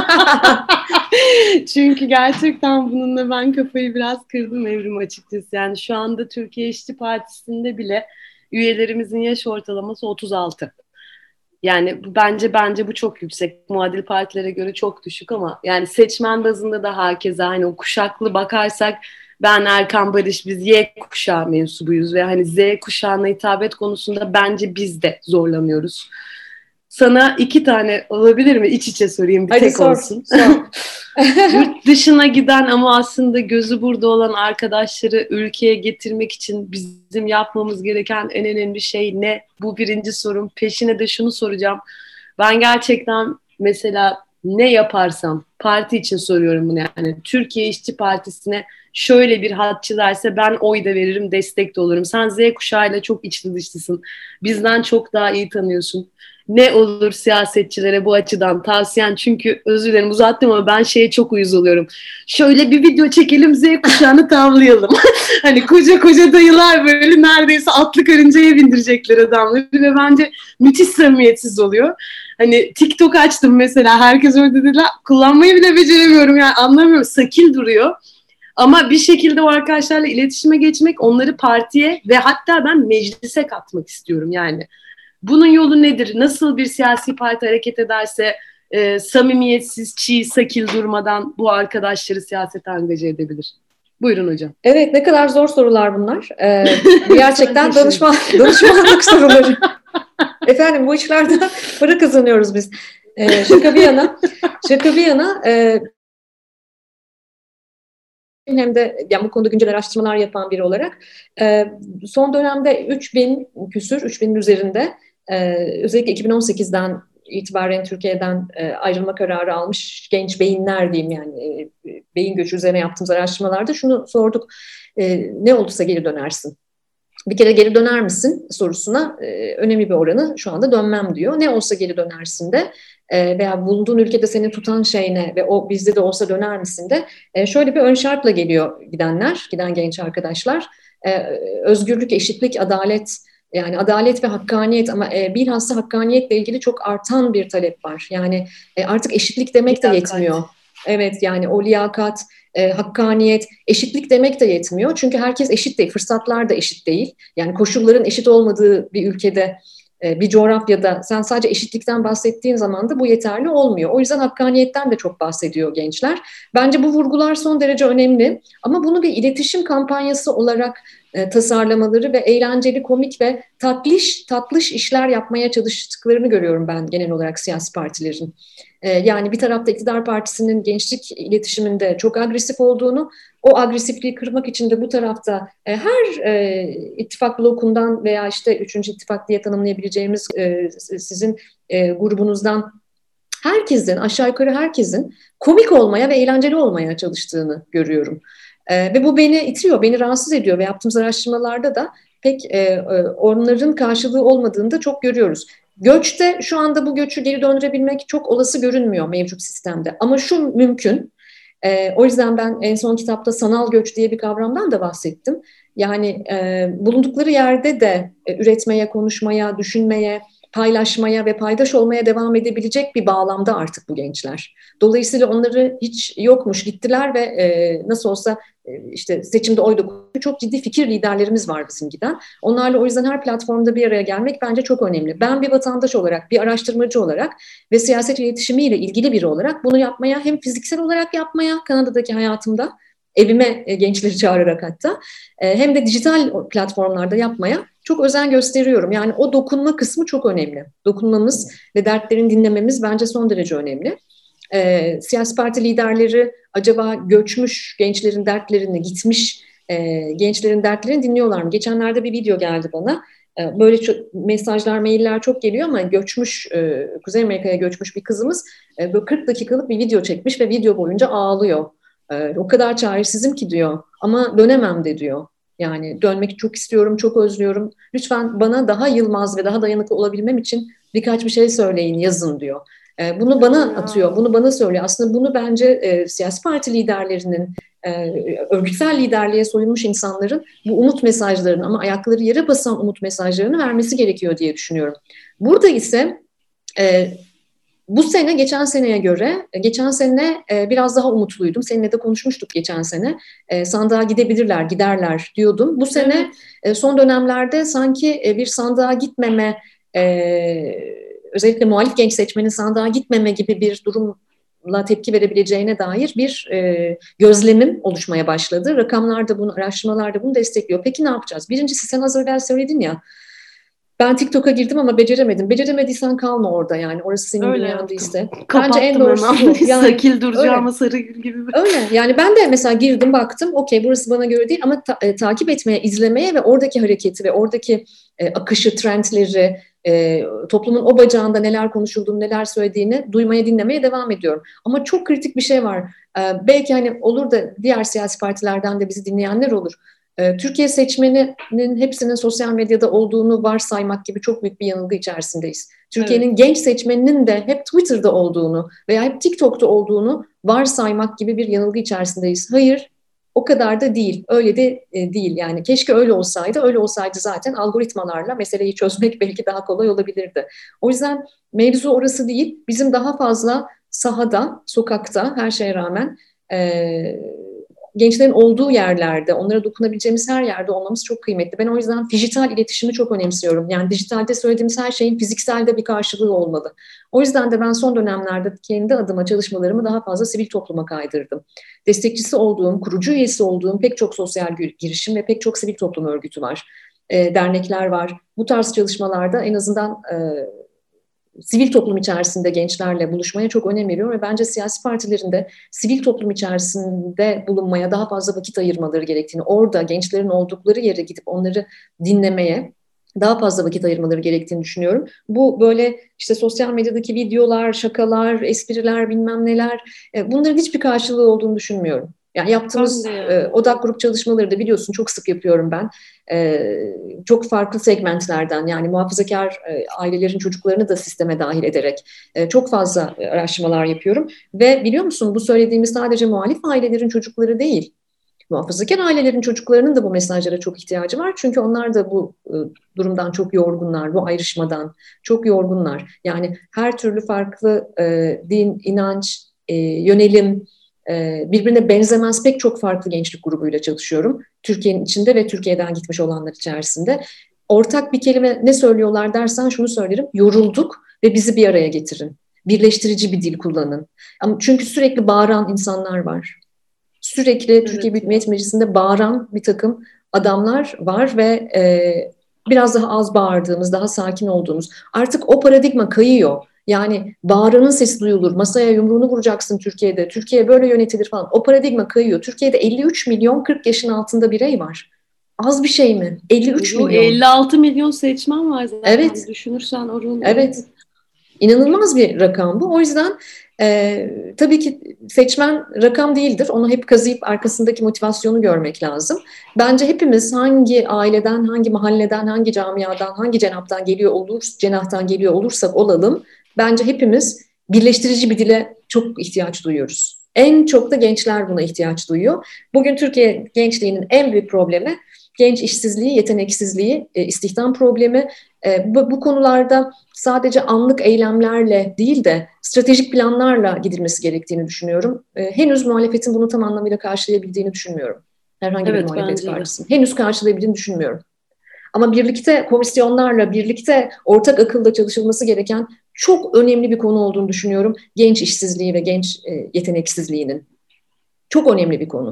Çünkü gerçekten bununla ben kafayı biraz kırdım Evrim, açıkçası. Yani şu anda Türkiye İşçi Partisi'nde bile üyelerimizin yaş ortalaması otuz altı. Yani bu, bence bence bu çok yüksek. Muadil partilere göre çok düşük ama yani seçmen bazında da herkese hani o kuşaklı bakarsak ben Erkan Barış, biz Y kuşağı mensubuyuz ve hani Z kuşağına hitabet konusunda bence biz de zorlanıyoruz. Sana iki tane olabilir mi? İç içe sorayım, bir Hadi tek sor, olsun. sor. Yurt dışına giden ama aslında gözü burada olan arkadaşları ülkeye getirmek için bizim yapmamız gereken en önemli şey ne? Bu birinci sorum. Peşine de şunu soracağım. Ben gerçekten mesela ne yaparsam, parti için soruyorum bunu yani. Türkiye İşçi Partisi'ne şöyle bir hat çizerse ben oy da veririm, destek de olurum. Sen Z kuşağıyla çok içli dışlısın. Bizden çok daha iyi tanıyorsun. Ne olur siyasetçilere bu açıdan tavsiyen, çünkü özür dilerim uzattım ama ben şeye çok uyuz oluyorum. Şöyle bir video çekelim, Z kuşağını tavlayalım. Hani koca koca dayılar böyle neredeyse atlı karıncaya bindirecekler adamları ve bence müthiş samimiyetsiz oluyor. Hani TikTok açtım mesela, herkes öyle dediler, kullanmayı bile beceremiyorum yani, anlamıyorum, sakil duruyor. Ama bir şekilde o arkadaşlarla iletişime geçmek, onları partiye ve hatta ben meclise katmak istiyorum yani. Bunun yolu nedir? Nasıl bir siyasi parti hareket ederse e, samimiyetsiz, çiğ, sakil durmadan bu arkadaşları siyasete angaje edebilir? Buyurun hocam. Evet, ne kadar zor sorular bunlar. Ee, gerçekten danışman, danışmanlık soruları. Efendim bu işlerden para kazanıyoruz biz. Ee, şaka bir yana, şaka bir yana e, hem de yani bu konuda güncel araştırmalar yapan biri olarak e, son dönemde üç bin küsür, üç binin üzerinde e, özellikle iki bin on sekizden itibaren Türkiye'den e, ayrılma kararı almış genç beyinler diyeyim yani e, beyin göçü üzerine yaptığımız araştırmalarda şunu sorduk. E, ne olursa geri dönersin. Bir kere geri döner misin sorusuna e, önemli bir oranı şu anda dönmem diyor. Ne olsa geri dönersin de e, veya bulunduğun ülkede seni tutan şey ne ve o bizde de olsa döner misin de e, şöyle bir ön şartla geliyor gidenler, giden genç arkadaşlar. E, özgürlük, eşitlik, adalet, yani adalet ve hakkaniyet ama e, bilhassa hakkaniyetle ilgili çok artan bir talep var. Yani e, artık eşitlik demek de yetmiyor. Evet yani o liyakat, e, hakkaniyet, eşitlik demek de yetmiyor. Çünkü herkes eşit değil, fırsatlar da eşit değil. Yani koşulların eşit olmadığı bir ülkede, e, bir coğrafyada sen sadece eşitlikten bahsettiğin zaman da bu yeterli olmuyor. O yüzden hakkaniyetten de çok bahsediyor gençler. Bence bu vurgular son derece önemli. Ama bunu bir iletişim kampanyası olarak e, tasarlamaları ve eğlenceli, komik ve tatlış, tatlış işler yapmaya çalıştıklarını görüyorum ben genel olarak siyasi partilerin. Yani bir tarafta iktidar partisinin gençlik iletişiminde çok agresif olduğunu, o agresifliği kırmak için de bu tarafta her e, ittifak blokundan veya işte üçüncü ittifak diye tanımlayabileceğimiz e, sizin e, grubunuzdan herkesin, aşağı yukarı herkesin komik olmaya ve eğlenceli olmaya çalıştığını görüyorum. E, ve bu beni itiyor, beni rahatsız ediyor ve yaptığımız araştırmalarda da pek e, onların karşılığı olmadığını da çok görüyoruz. Göçte şu anda bu göçü geri döndürebilmek çok olası görünmüyor mevcut sistemde. Ama şu mümkün. E, o yüzden ben en son kitapta sanal göç diye bir kavramdan da bahsettim. Yani e, bulundukları yerde de e, üretmeye, konuşmaya, düşünmeye, paylaşmaya ve paydaş olmaya devam edebilecek bir bağlamda artık bu gençler. Dolayısıyla onları hiç yokmuş gittiler ve e, nasıl olsa e, işte seçimde oydu çok ciddi fikir liderlerimiz var bizim giden. Onlarla o yüzden her platformda bir araya gelmek bence çok önemli. Ben bir vatandaş olarak, bir araştırmacı olarak ve siyaset iletişimiyle ilgili biri olarak bunu yapmaya hem fiziksel olarak yapmaya Kanada'daki hayatımda evime e, gençleri çağırarak hatta e, hem de dijital platformlarda yapmaya çok özen gösteriyorum. Yani o dokunma kısmı çok önemli. Dokunmamız ve dertlerini dinlememiz bence son derece önemli. E, siyasi parti liderleri acaba göçmüş gençlerin dertlerini, gitmiş e, gençlerin dertlerini dinliyorlar mı? Geçenlerde bir video geldi bana. E, böyle çok, mesajlar, mailler çok geliyor ama göçmüş, e, Kuzey Amerika'ya göçmüş bir kızımız e, böyle kırk dakikalık bir video çekmiş ve video boyunca ağlıyor. E, o kadar çaresizim ki diyor ama dönemem de diyor. Yani dönmek çok istiyorum, çok özlüyorum. Lütfen bana daha yılmaz ve daha dayanıklı olabilmem için birkaç bir şey söyleyin, yazın diyor. E, bunu bana atıyor, bunu bana söylüyor. Aslında bunu bence e, siyasi parti liderlerinin, e, örgütsel liderliğe soyunmuş insanların bu umut mesajlarını ama ayakları yere basan umut mesajlarını vermesi gerekiyor diye düşünüyorum. Burada ise e, bu sene geçen seneye göre, geçen sene e, biraz daha umutluydum. Seninle de konuşmuştuk geçen sene. E, sandığa gidebilirler, giderler diyordum. Bu sene evet. e, son dönemlerde sanki e, bir sandığa gitmeme, e, özellikle muhalif genç seçmenin sandığa gitmeme gibi bir durumla tepki verebileceğine dair bir e, gözlemim oluşmaya başladı. Rakamlar da bunu, araştırmalar da bunu destekliyor. Peki ne yapacağız? Birincisi sen az evvel söyledin ya, ben TikTok'a girdim ama beceremedim. Beceremediysen kalma orada yani. Orası senin dünyan değilse. Bence en doğrusu bu. Yani, Sakil duracağıma Sarıgül gibi. Öyle. Yani ben de mesela girdim baktım. Okey burası bana göre değil ama ta- e, takip etmeye, izlemeye ve oradaki hareketi ve oradaki e, akışı, trendleri, e, toplumun o bacağında neler konuşulduğunu, neler söylediğini duymaya, dinlemeye devam ediyorum. Ama çok kritik bir şey var. E, belki hani olur da diğer siyasi partilerden de bizi dinleyenler olur. Türkiye seçmeninin hepsinin sosyal medyada olduğunu varsaymak gibi çok büyük bir yanılgı içerisindeyiz. Türkiye'nin evet. genç seçmeninin de hep Twitter'da olduğunu veya hep TikTok'ta olduğunu varsaymak gibi bir yanılgı içerisindeyiz. Hayır, o kadar da değil. Öyle de e, değil. Yani keşke öyle olsaydı. Öyle olsaydı zaten algoritmalarla meseleyi çözmek belki daha kolay olabilirdi. O yüzden mevzu orası değil. Bizim daha fazla sahada, sokakta her şeye rağmen E, gençlerin olduğu yerlerde, onlara dokunabileceğimiz her yerde olmamız çok kıymetli. Ben o yüzden dijital iletişimi çok önemsiyorum. Yani dijitalde söylediğimiz her şeyin fizikselde bir karşılığı olmalı. O yüzden de ben son dönemlerde kendi adıma çalışmalarımı daha fazla sivil topluma kaydırdım. Destekçisi olduğum, kurucu üyesi olduğum pek çok sosyal girişim ve pek çok sivil toplum örgütü var. E, dernekler var. Bu tarz çalışmalarda en azından E, sivil toplum içerisinde gençlerle buluşmaya çok önem veriyorum ve bence siyasi partilerin de sivil toplum içerisinde bulunmaya daha fazla vakit ayırmaları gerektiğini, orada gençlerin oldukları yere gidip onları dinlemeye daha fazla vakit ayırmaları gerektiğini düşünüyorum. Bu böyle işte sosyal medyadaki videolar, şakalar, espriler, bilmem neler, bunların hiçbir karşılığı olduğunu düşünmüyorum. Yani yaptığımız e, odak grup çalışmaları da biliyorsun çok sık yapıyorum ben. E, çok farklı segmentlerden yani muhafazakar e, ailelerin çocuklarını da sisteme dahil ederek e, çok fazla e, araştırmalar yapıyorum. Ve biliyor musun bu söylediğimiz sadece muhalif ailelerin çocukları değil. Muhafazakar ailelerin çocuklarının da bu mesajlara çok ihtiyacı var. Çünkü onlar da bu e, durumdan çok yorgunlar, bu ayrışmadan çok yorgunlar. Yani her türlü farklı e, din, inanç, e, yönelim, birbirine benzemez pek çok farklı gençlik grubuyla çalışıyorum. Türkiye'nin içinde ve Türkiye'den gitmiş olanlar içerisinde. Ortak bir kelime ne söylüyorlar dersen şunu söylerim. Yorulduk ve bizi bir araya getirin. Birleştirici bir dil kullanın. Ama çünkü sürekli bağıran insanlar var. Sürekli evet, Türkiye Büyük Millet Meclisi'nde bağıran bir takım adamlar var ve e, biraz daha az bağırdığımız, daha sakin olduğumuz. Artık o paradigma kayıyor. Yani bağıranın sesi duyulur, masaya yumruğunu vuracaksın Türkiye'de, Türkiye böyle yönetilir falan. O paradigma kayıyor. Türkiye'de elli üç milyon kırk yaşın altında birey var. Az bir şey mi? elli üç milyon. elli altı milyon seçmen var zaten. Evet. Düşünürsen oranı. Evet. İnanılmaz bir rakam bu. O yüzden e, tabii ki seçmen rakam değildir. Onu hep kazıyıp arkasındaki motivasyonu görmek lazım. Bence hepimiz hangi aileden, hangi mahalleden, hangi camiadan, hangi cenaptan geliyor olur, cenahtan geliyor olursak olalım, bence hepimiz birleştirici bir dile çok ihtiyaç duyuyoruz. En çok da gençler buna ihtiyaç duyuyor. Bugün Türkiye gençliğinin en büyük problemi genç işsizliği, yeteneksizliği, istihdam problemi. Bu, bu konularda sadece anlık eylemlerle değil de stratejik planlarla gidilmesi gerektiğini düşünüyorum. Henüz muhalefetin bunu tam anlamıyla karşılayabildiğini düşünmüyorum. Herhangi evet, bir muhalefet partisinin. Henüz karşılayabildiğini düşünmüyorum. Ama birlikte komisyonlarla, birlikte ortak akılda çalışılması gereken çok önemli bir konu olduğunu düşünüyorum. Genç işsizliği ve genç yeteneksizliğinin. Çok önemli bir konu.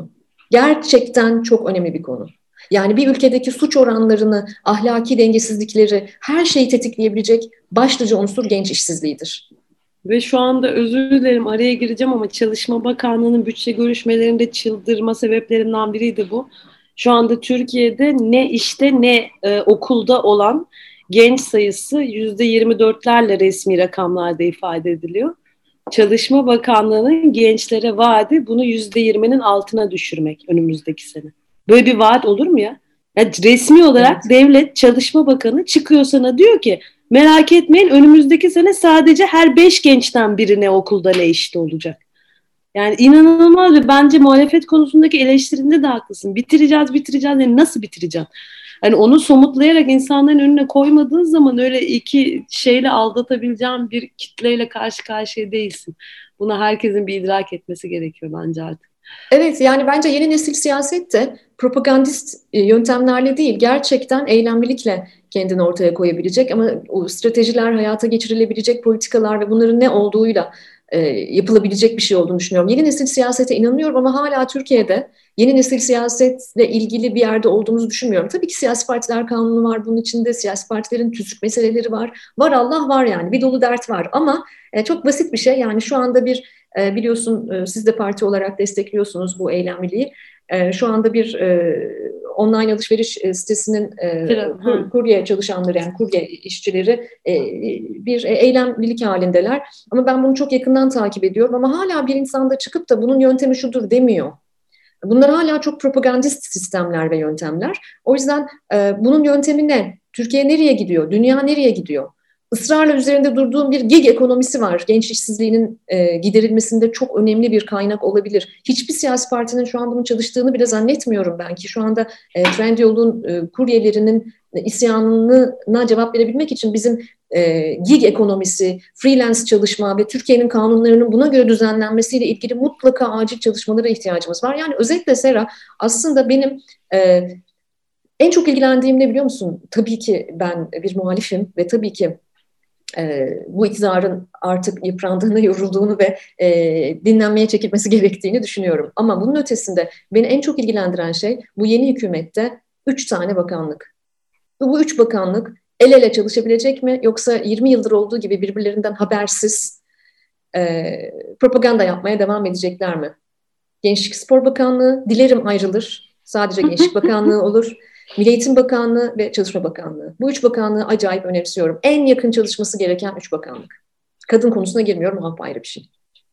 Gerçekten çok önemli bir konu. Yani bir ülkedeki suç oranlarını, ahlaki dengesizlikleri, her şeyi tetikleyebilecek başlıca unsur genç işsizliğidir. Ve şu anda özür dilerim araya gireceğim ama Çalışma Bakanlığı'nın bütçe görüşmelerinde çıldırma sebeplerinden biriydi bu. Şu anda Türkiye'de ne işte ne e, okulda olan genç sayısı yüzde yirmi dörtlerle resmi rakamlarda ifade ediliyor. Çalışma Bakanlığı'nın gençlere vaadi bunu yüzde yirminin altına düşürmek önümüzdeki sene. Böyle bir vaat olur mu ya? Yani resmi olarak evet. Devlet Çalışma Bakanı çıkıyor sana diyor ki merak etmeyin önümüzdeki sene sadece her beş gençten birine okulda ne eşit olacak. Yani inanılmaz ve bence muhalefet konusundaki eleştirinde de haklısın. Bitireceğiz, bitireceğiz. Yani nasıl bitireceğim? Yani onu somutlayarak insanların önüne koymadığın zaman öyle iki şeyle aldatabileceğin bir kitleyle karşı karşıya değilsin. Buna herkesin bir idrak etmesi gerekiyor bence artık. Evet, yani bence yeni nesil siyaset de propagandist yöntemlerle değil, gerçekten eylemlilikle kendini ortaya koyabilecek ama o stratejiler hayata geçirilebilecek politikalar ve bunların ne olduğuyla e, yapılabilecek bir şey olduğunu düşünüyorum. Yeni nesil siyasete inanıyorum ama hala Türkiye'de yeni nesil siyasetle ilgili bir yerde olduğumuzu düşünmüyorum. Tabii ki siyasi partiler kanunu var bunun içinde, siyasi partilerin tüzük meseleleri var. Var Allah var yani, bir dolu dert var ama e, çok basit bir şey. Yani şu anda bir biliyorsun siz de parti olarak destekliyorsunuz bu eylemliliği. Şu anda bir online alışveriş sitesinin kur, kurye çalışanları yani kurye işçileri bir eylemlilik halindeler. Ama ben bunu çok yakından takip ediyorum ama hala bir insanda çıkıp da bunun yöntemi şudur demiyor. Bunlar hala çok propagandist sistemler ve yöntemler. O yüzden bunun yöntemi ne? Türkiye nereye gidiyor? Dünya nereye gidiyor? Israrla üzerinde durduğum bir gig ekonomisi var. Genç işsizliğinin e, giderilmesinde çok önemli bir kaynak olabilir. Hiçbir siyasi partinin şu an bunun çalıştığını bile zannetmiyorum ben ki şu anda e, Trendyol'un e, kuryelerinin e, isyanına cevap verebilmek için bizim e, gig ekonomisi, freelance çalışma ve Türkiye'nin kanunlarının buna göre düzenlenmesiyle ilgili mutlaka acil çalışmalara ihtiyacımız var. Yani özetle Sera aslında benim e, en çok ilgilendiğim ne biliyor musun? Tabii ki ben bir muhalifim ve tabii ki e, bu iktidarın artık yıprandığını, yorulduğunu ve e, dinlenmeye çekilmesi gerektiğini düşünüyorum. Ama bunun ötesinde beni en çok ilgilendiren şey bu yeni hükümette üç tane bakanlık. Ve bu üç bakanlık el ele çalışabilecek mi yoksa yirmi yıldır olduğu gibi birbirlerinden habersiz e, propaganda yapmaya devam edecekler mi? Gençlik Spor Bakanlığı dilerim ayrılır. Sadece Gençlik Bakanlığı olur. Milli Eğitim Bakanlığı ve Çalışma Bakanlığı. Bu üç bakanlığı acayip önemsiyorum. En yakın çalışması gereken üç bakanlık. Kadın konusuna girmiyorum, o ayrı bir şey.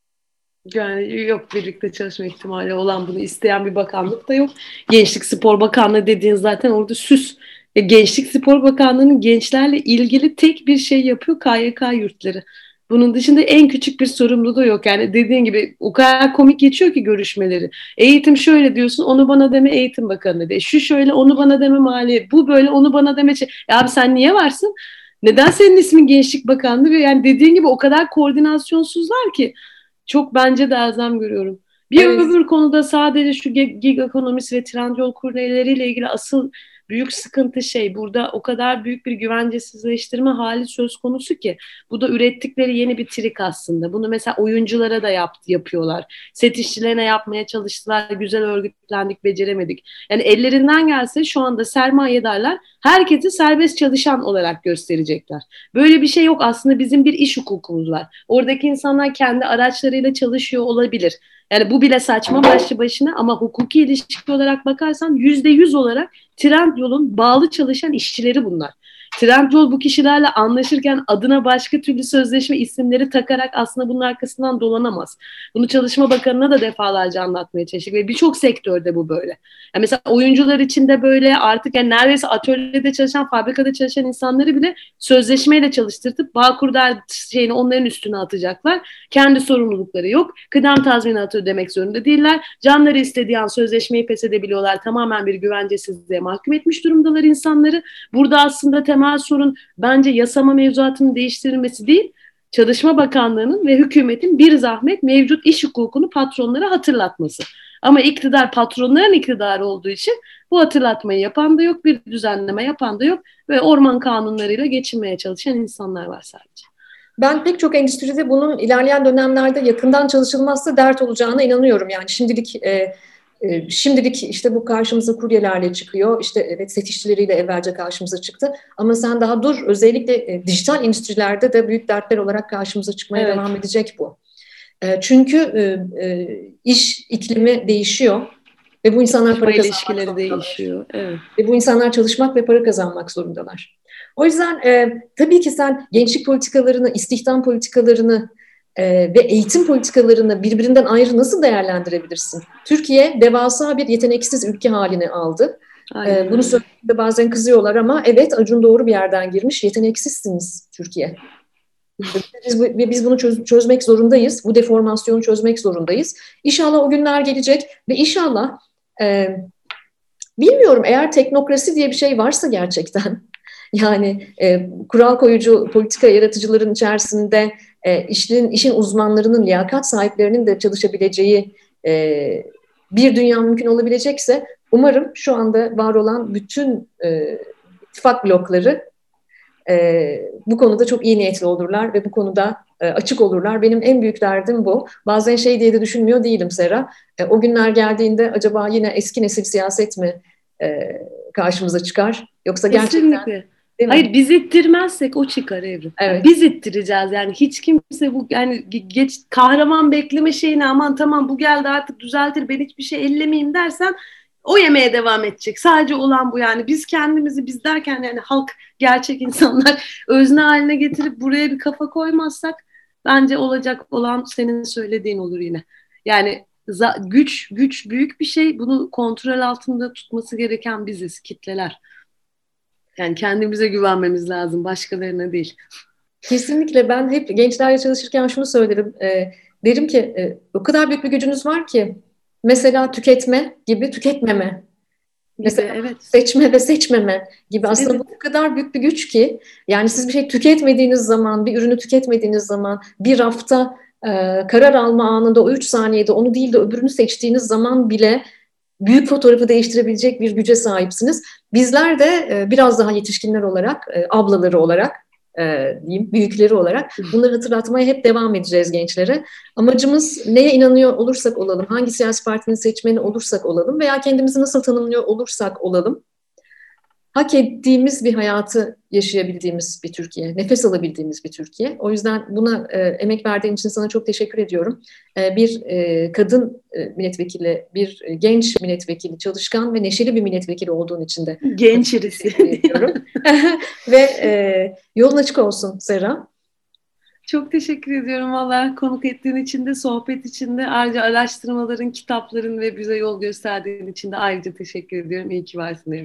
Yani yok birlikte çalışma ihtimali olan bunu isteyen bir bakanlık da yok. Gençlik Spor Bakanlığı dediğin zaten orada süs. Gençlik Spor Bakanlığı'nın gençlerle ilgili tek bir şey yapıyor K Y K yurtları. Bunun dışında en küçük bir sorumluluğu yok. Yani dediğin gibi o kadar komik geçiyor ki görüşmeleri. Eğitim şöyle diyorsun, onu bana deme Eğitim Bakanı de. Şu şöyle, onu bana deme Maliye. Bu böyle, onu bana deme. Ya abi sen niye varsın? Neden senin ismin Gençlik Bakanlığı? Ve yani dediğin gibi o kadar koordinasyonsuzlar ki çok bence de elzem görüyorum. Bir evet. Öbür konuda sadece şu gig ekonomisi ve Trendyol kuryeleriyle ilgili asıl büyük sıkıntı şey, burada o kadar büyük bir güvencesizleştirme hali söz konusu ki bu da ürettikleri yeni bir trik aslında. Bunu mesela oyunculara da yap, yapıyorlar. Set işçilerine yapmaya çalıştılar, güzel örgütlendik, beceremedik. Yani ellerinden gelse şu anda sermayedarlar herkesi serbest çalışan olarak gösterecekler. Böyle bir şey yok aslında, bizim bir iş hukukumuz var. Oradaki insanlar kendi araçlarıyla çalışıyor olabilir. Yani bu bile saçma başlı başına ama hukuki ilişki olarak bakarsan yüzde yüz olarak Trendyol'un bağlı çalışan işçileri bunlar. Trendyol bu kişilerle anlaşırken adına başka türlü sözleşme isimleri takarak aslında bunun arkasından dolanamaz. Bunu Çalışma Bakanı'na da defalarca anlatmaya çalıştık ve birçok sektörde bu böyle. Yani mesela oyuncular için de böyle, artık yani neredeyse atölyede çalışan, fabrikada çalışan insanları bile sözleşmeyle çalıştırtıp Bağkur'da şeyini onların üstüne atacaklar. Kendi sorumlulukları yok. Kıdem tazminatı ödemek zorunda değiller. Canları istediği an sözleşmeyi feshedebiliyorlar. Tamamen bir güvencesizliğe mahkum etmiş durumdalar insanları. Burada aslında temel sorun bence yasama mevzuatının değiştirilmesi değil, Çalışma Bakanlığı'nın ve hükümetin bir zahmet mevcut iş hukukunu patronlara hatırlatması. Ama iktidar patronların iktidarı olduğu için bu hatırlatmayı yapan da yok, bir düzenleme yapan da yok ve orman kanunlarıyla geçinmeye çalışan insanlar var sadece. Ben pek çok endüstride bunun ilerleyen dönemlerde yakından çalışılmazsa dert olacağına inanıyorum. Yani şimdilik e, E, şimdilik işte bu karşımıza kuryelerle çıkıyor. İşte evet set işçileriyle evvelce karşımıza çıktı. Ama sen daha dur. Özellikle e, dijital endüstrilerde de büyük dertler olarak karşımıza çıkmaya Evet. devam edecek bu. E, çünkü e, e, iş iklimi değişiyor ve bu insanlar para kazanmak ilişkileri zorundalar. değişiyor. Evet. Ve bu insanlar çalışmak ve para kazanmak zorundalar. O yüzden e, tabii ki sen gençlik politikalarını, istihdam politikalarını e, ve eğitim politikalarını birbirinden ayrı nasıl değerlendirebilirsin? Türkiye devasa bir yeteneksiz ülke haline aldı. E, bunu söylediğinde bazen kızıyorlar ama evet, Acun doğru bir yerden girmiş. Yeteneksizsiniz Türkiye. Biz, ve biz bunu çöz, çözmek zorundayız. Bu deformasyonu çözmek zorundayız. İnşallah o günler gelecek ve inşallah e, bilmiyorum, eğer teknokrasi diye bir şey varsa gerçekten yani e, kural koyucu politika yaratıcıların içerisinde e, işin, işin uzmanlarının, liyakat sahiplerinin de çalışabileceği e, bir dünya mümkün olabilecekse umarım şu anda var olan bütün e, ittifak blokları e, bu konuda çok iyi niyetli olurlar ve bu konuda e, açık olurlar. Benim en büyük derdim bu. Bazen şey diye de düşünmüyor değilim Sera. E, o günler geldiğinde acaba yine eski nesil siyaset mi e, karşımıza çıkar? Yoksa gerçekten... Kesinlikle. Hayır, biz ittirmezsek o çıkar Evrim. Evet. Biz ittireceğiz yani, hiç kimse bu yani geç kahraman bekleme şeyini, aman tamam bu geldi artık düzeltir ben hiçbir şey ellemeyeyim dersen o yemeye devam edecek. Sadece olan bu yani. Biz kendimizi, biz derken yani halk, gerçek insanlar özne haline getirip buraya bir kafa koymazsak bence olacak olan senin söylediğin olur yine. Yani güç güç büyük bir şey. Bunu kontrol altında tutması gereken biziz, kitleler. Yani kendimize güvenmemiz lazım, başkalarına değil. Kesinlikle, ben hep gençlerle çalışırken şunu söylerim. E, derim ki e, o kadar büyük bir gücünüz var ki, mesela tüketme gibi tüketmeme. Gibi, mesela evet. Seçme ve seçmeme gibi. Aslında evet. Bu o kadar büyük bir güç ki, yani siz bir şey tüketmediğiniz zaman, bir ürünü tüketmediğiniz zaman, bir rafta e, karar alma anında o üç saniyede onu değil de öbürünü seçtiğiniz zaman bile büyük fotoğrafı değiştirebilecek bir güce sahipsiniz. Bizler de e, biraz daha yetişkinler olarak, e, ablaları olarak, e, diyeyim, büyükleri olarak bunları hatırlatmaya hep devam edeceğiz gençlere. Amacımız neye inanıyor olursak olalım, hangi siyasi partinin seçmeni olursak olalım veya kendimizi nasıl tanımlıyor olursak olalım, hak ettiğimiz bir hayatı yaşayabildiğimiz bir Türkiye, nefes alabildiğimiz bir Türkiye. O yüzden buna e, emek verdiğin için sana çok teşekkür ediyorum. E, bir e, kadın e, milletvekili, bir e, genç milletvekili, çalışkan ve neşeli bir milletvekili olduğun için de genç irisi ediyorum. Ve e, yolun açık olsun Serra. Çok teşekkür ediyorum valla, konuk ettiğin için de, sohbet için de, ayrıca araştırmaların, kitapların ve bize yol gösterdiğin için de ayrıca teşekkür ediyorum. İyi ki varsın Evrim.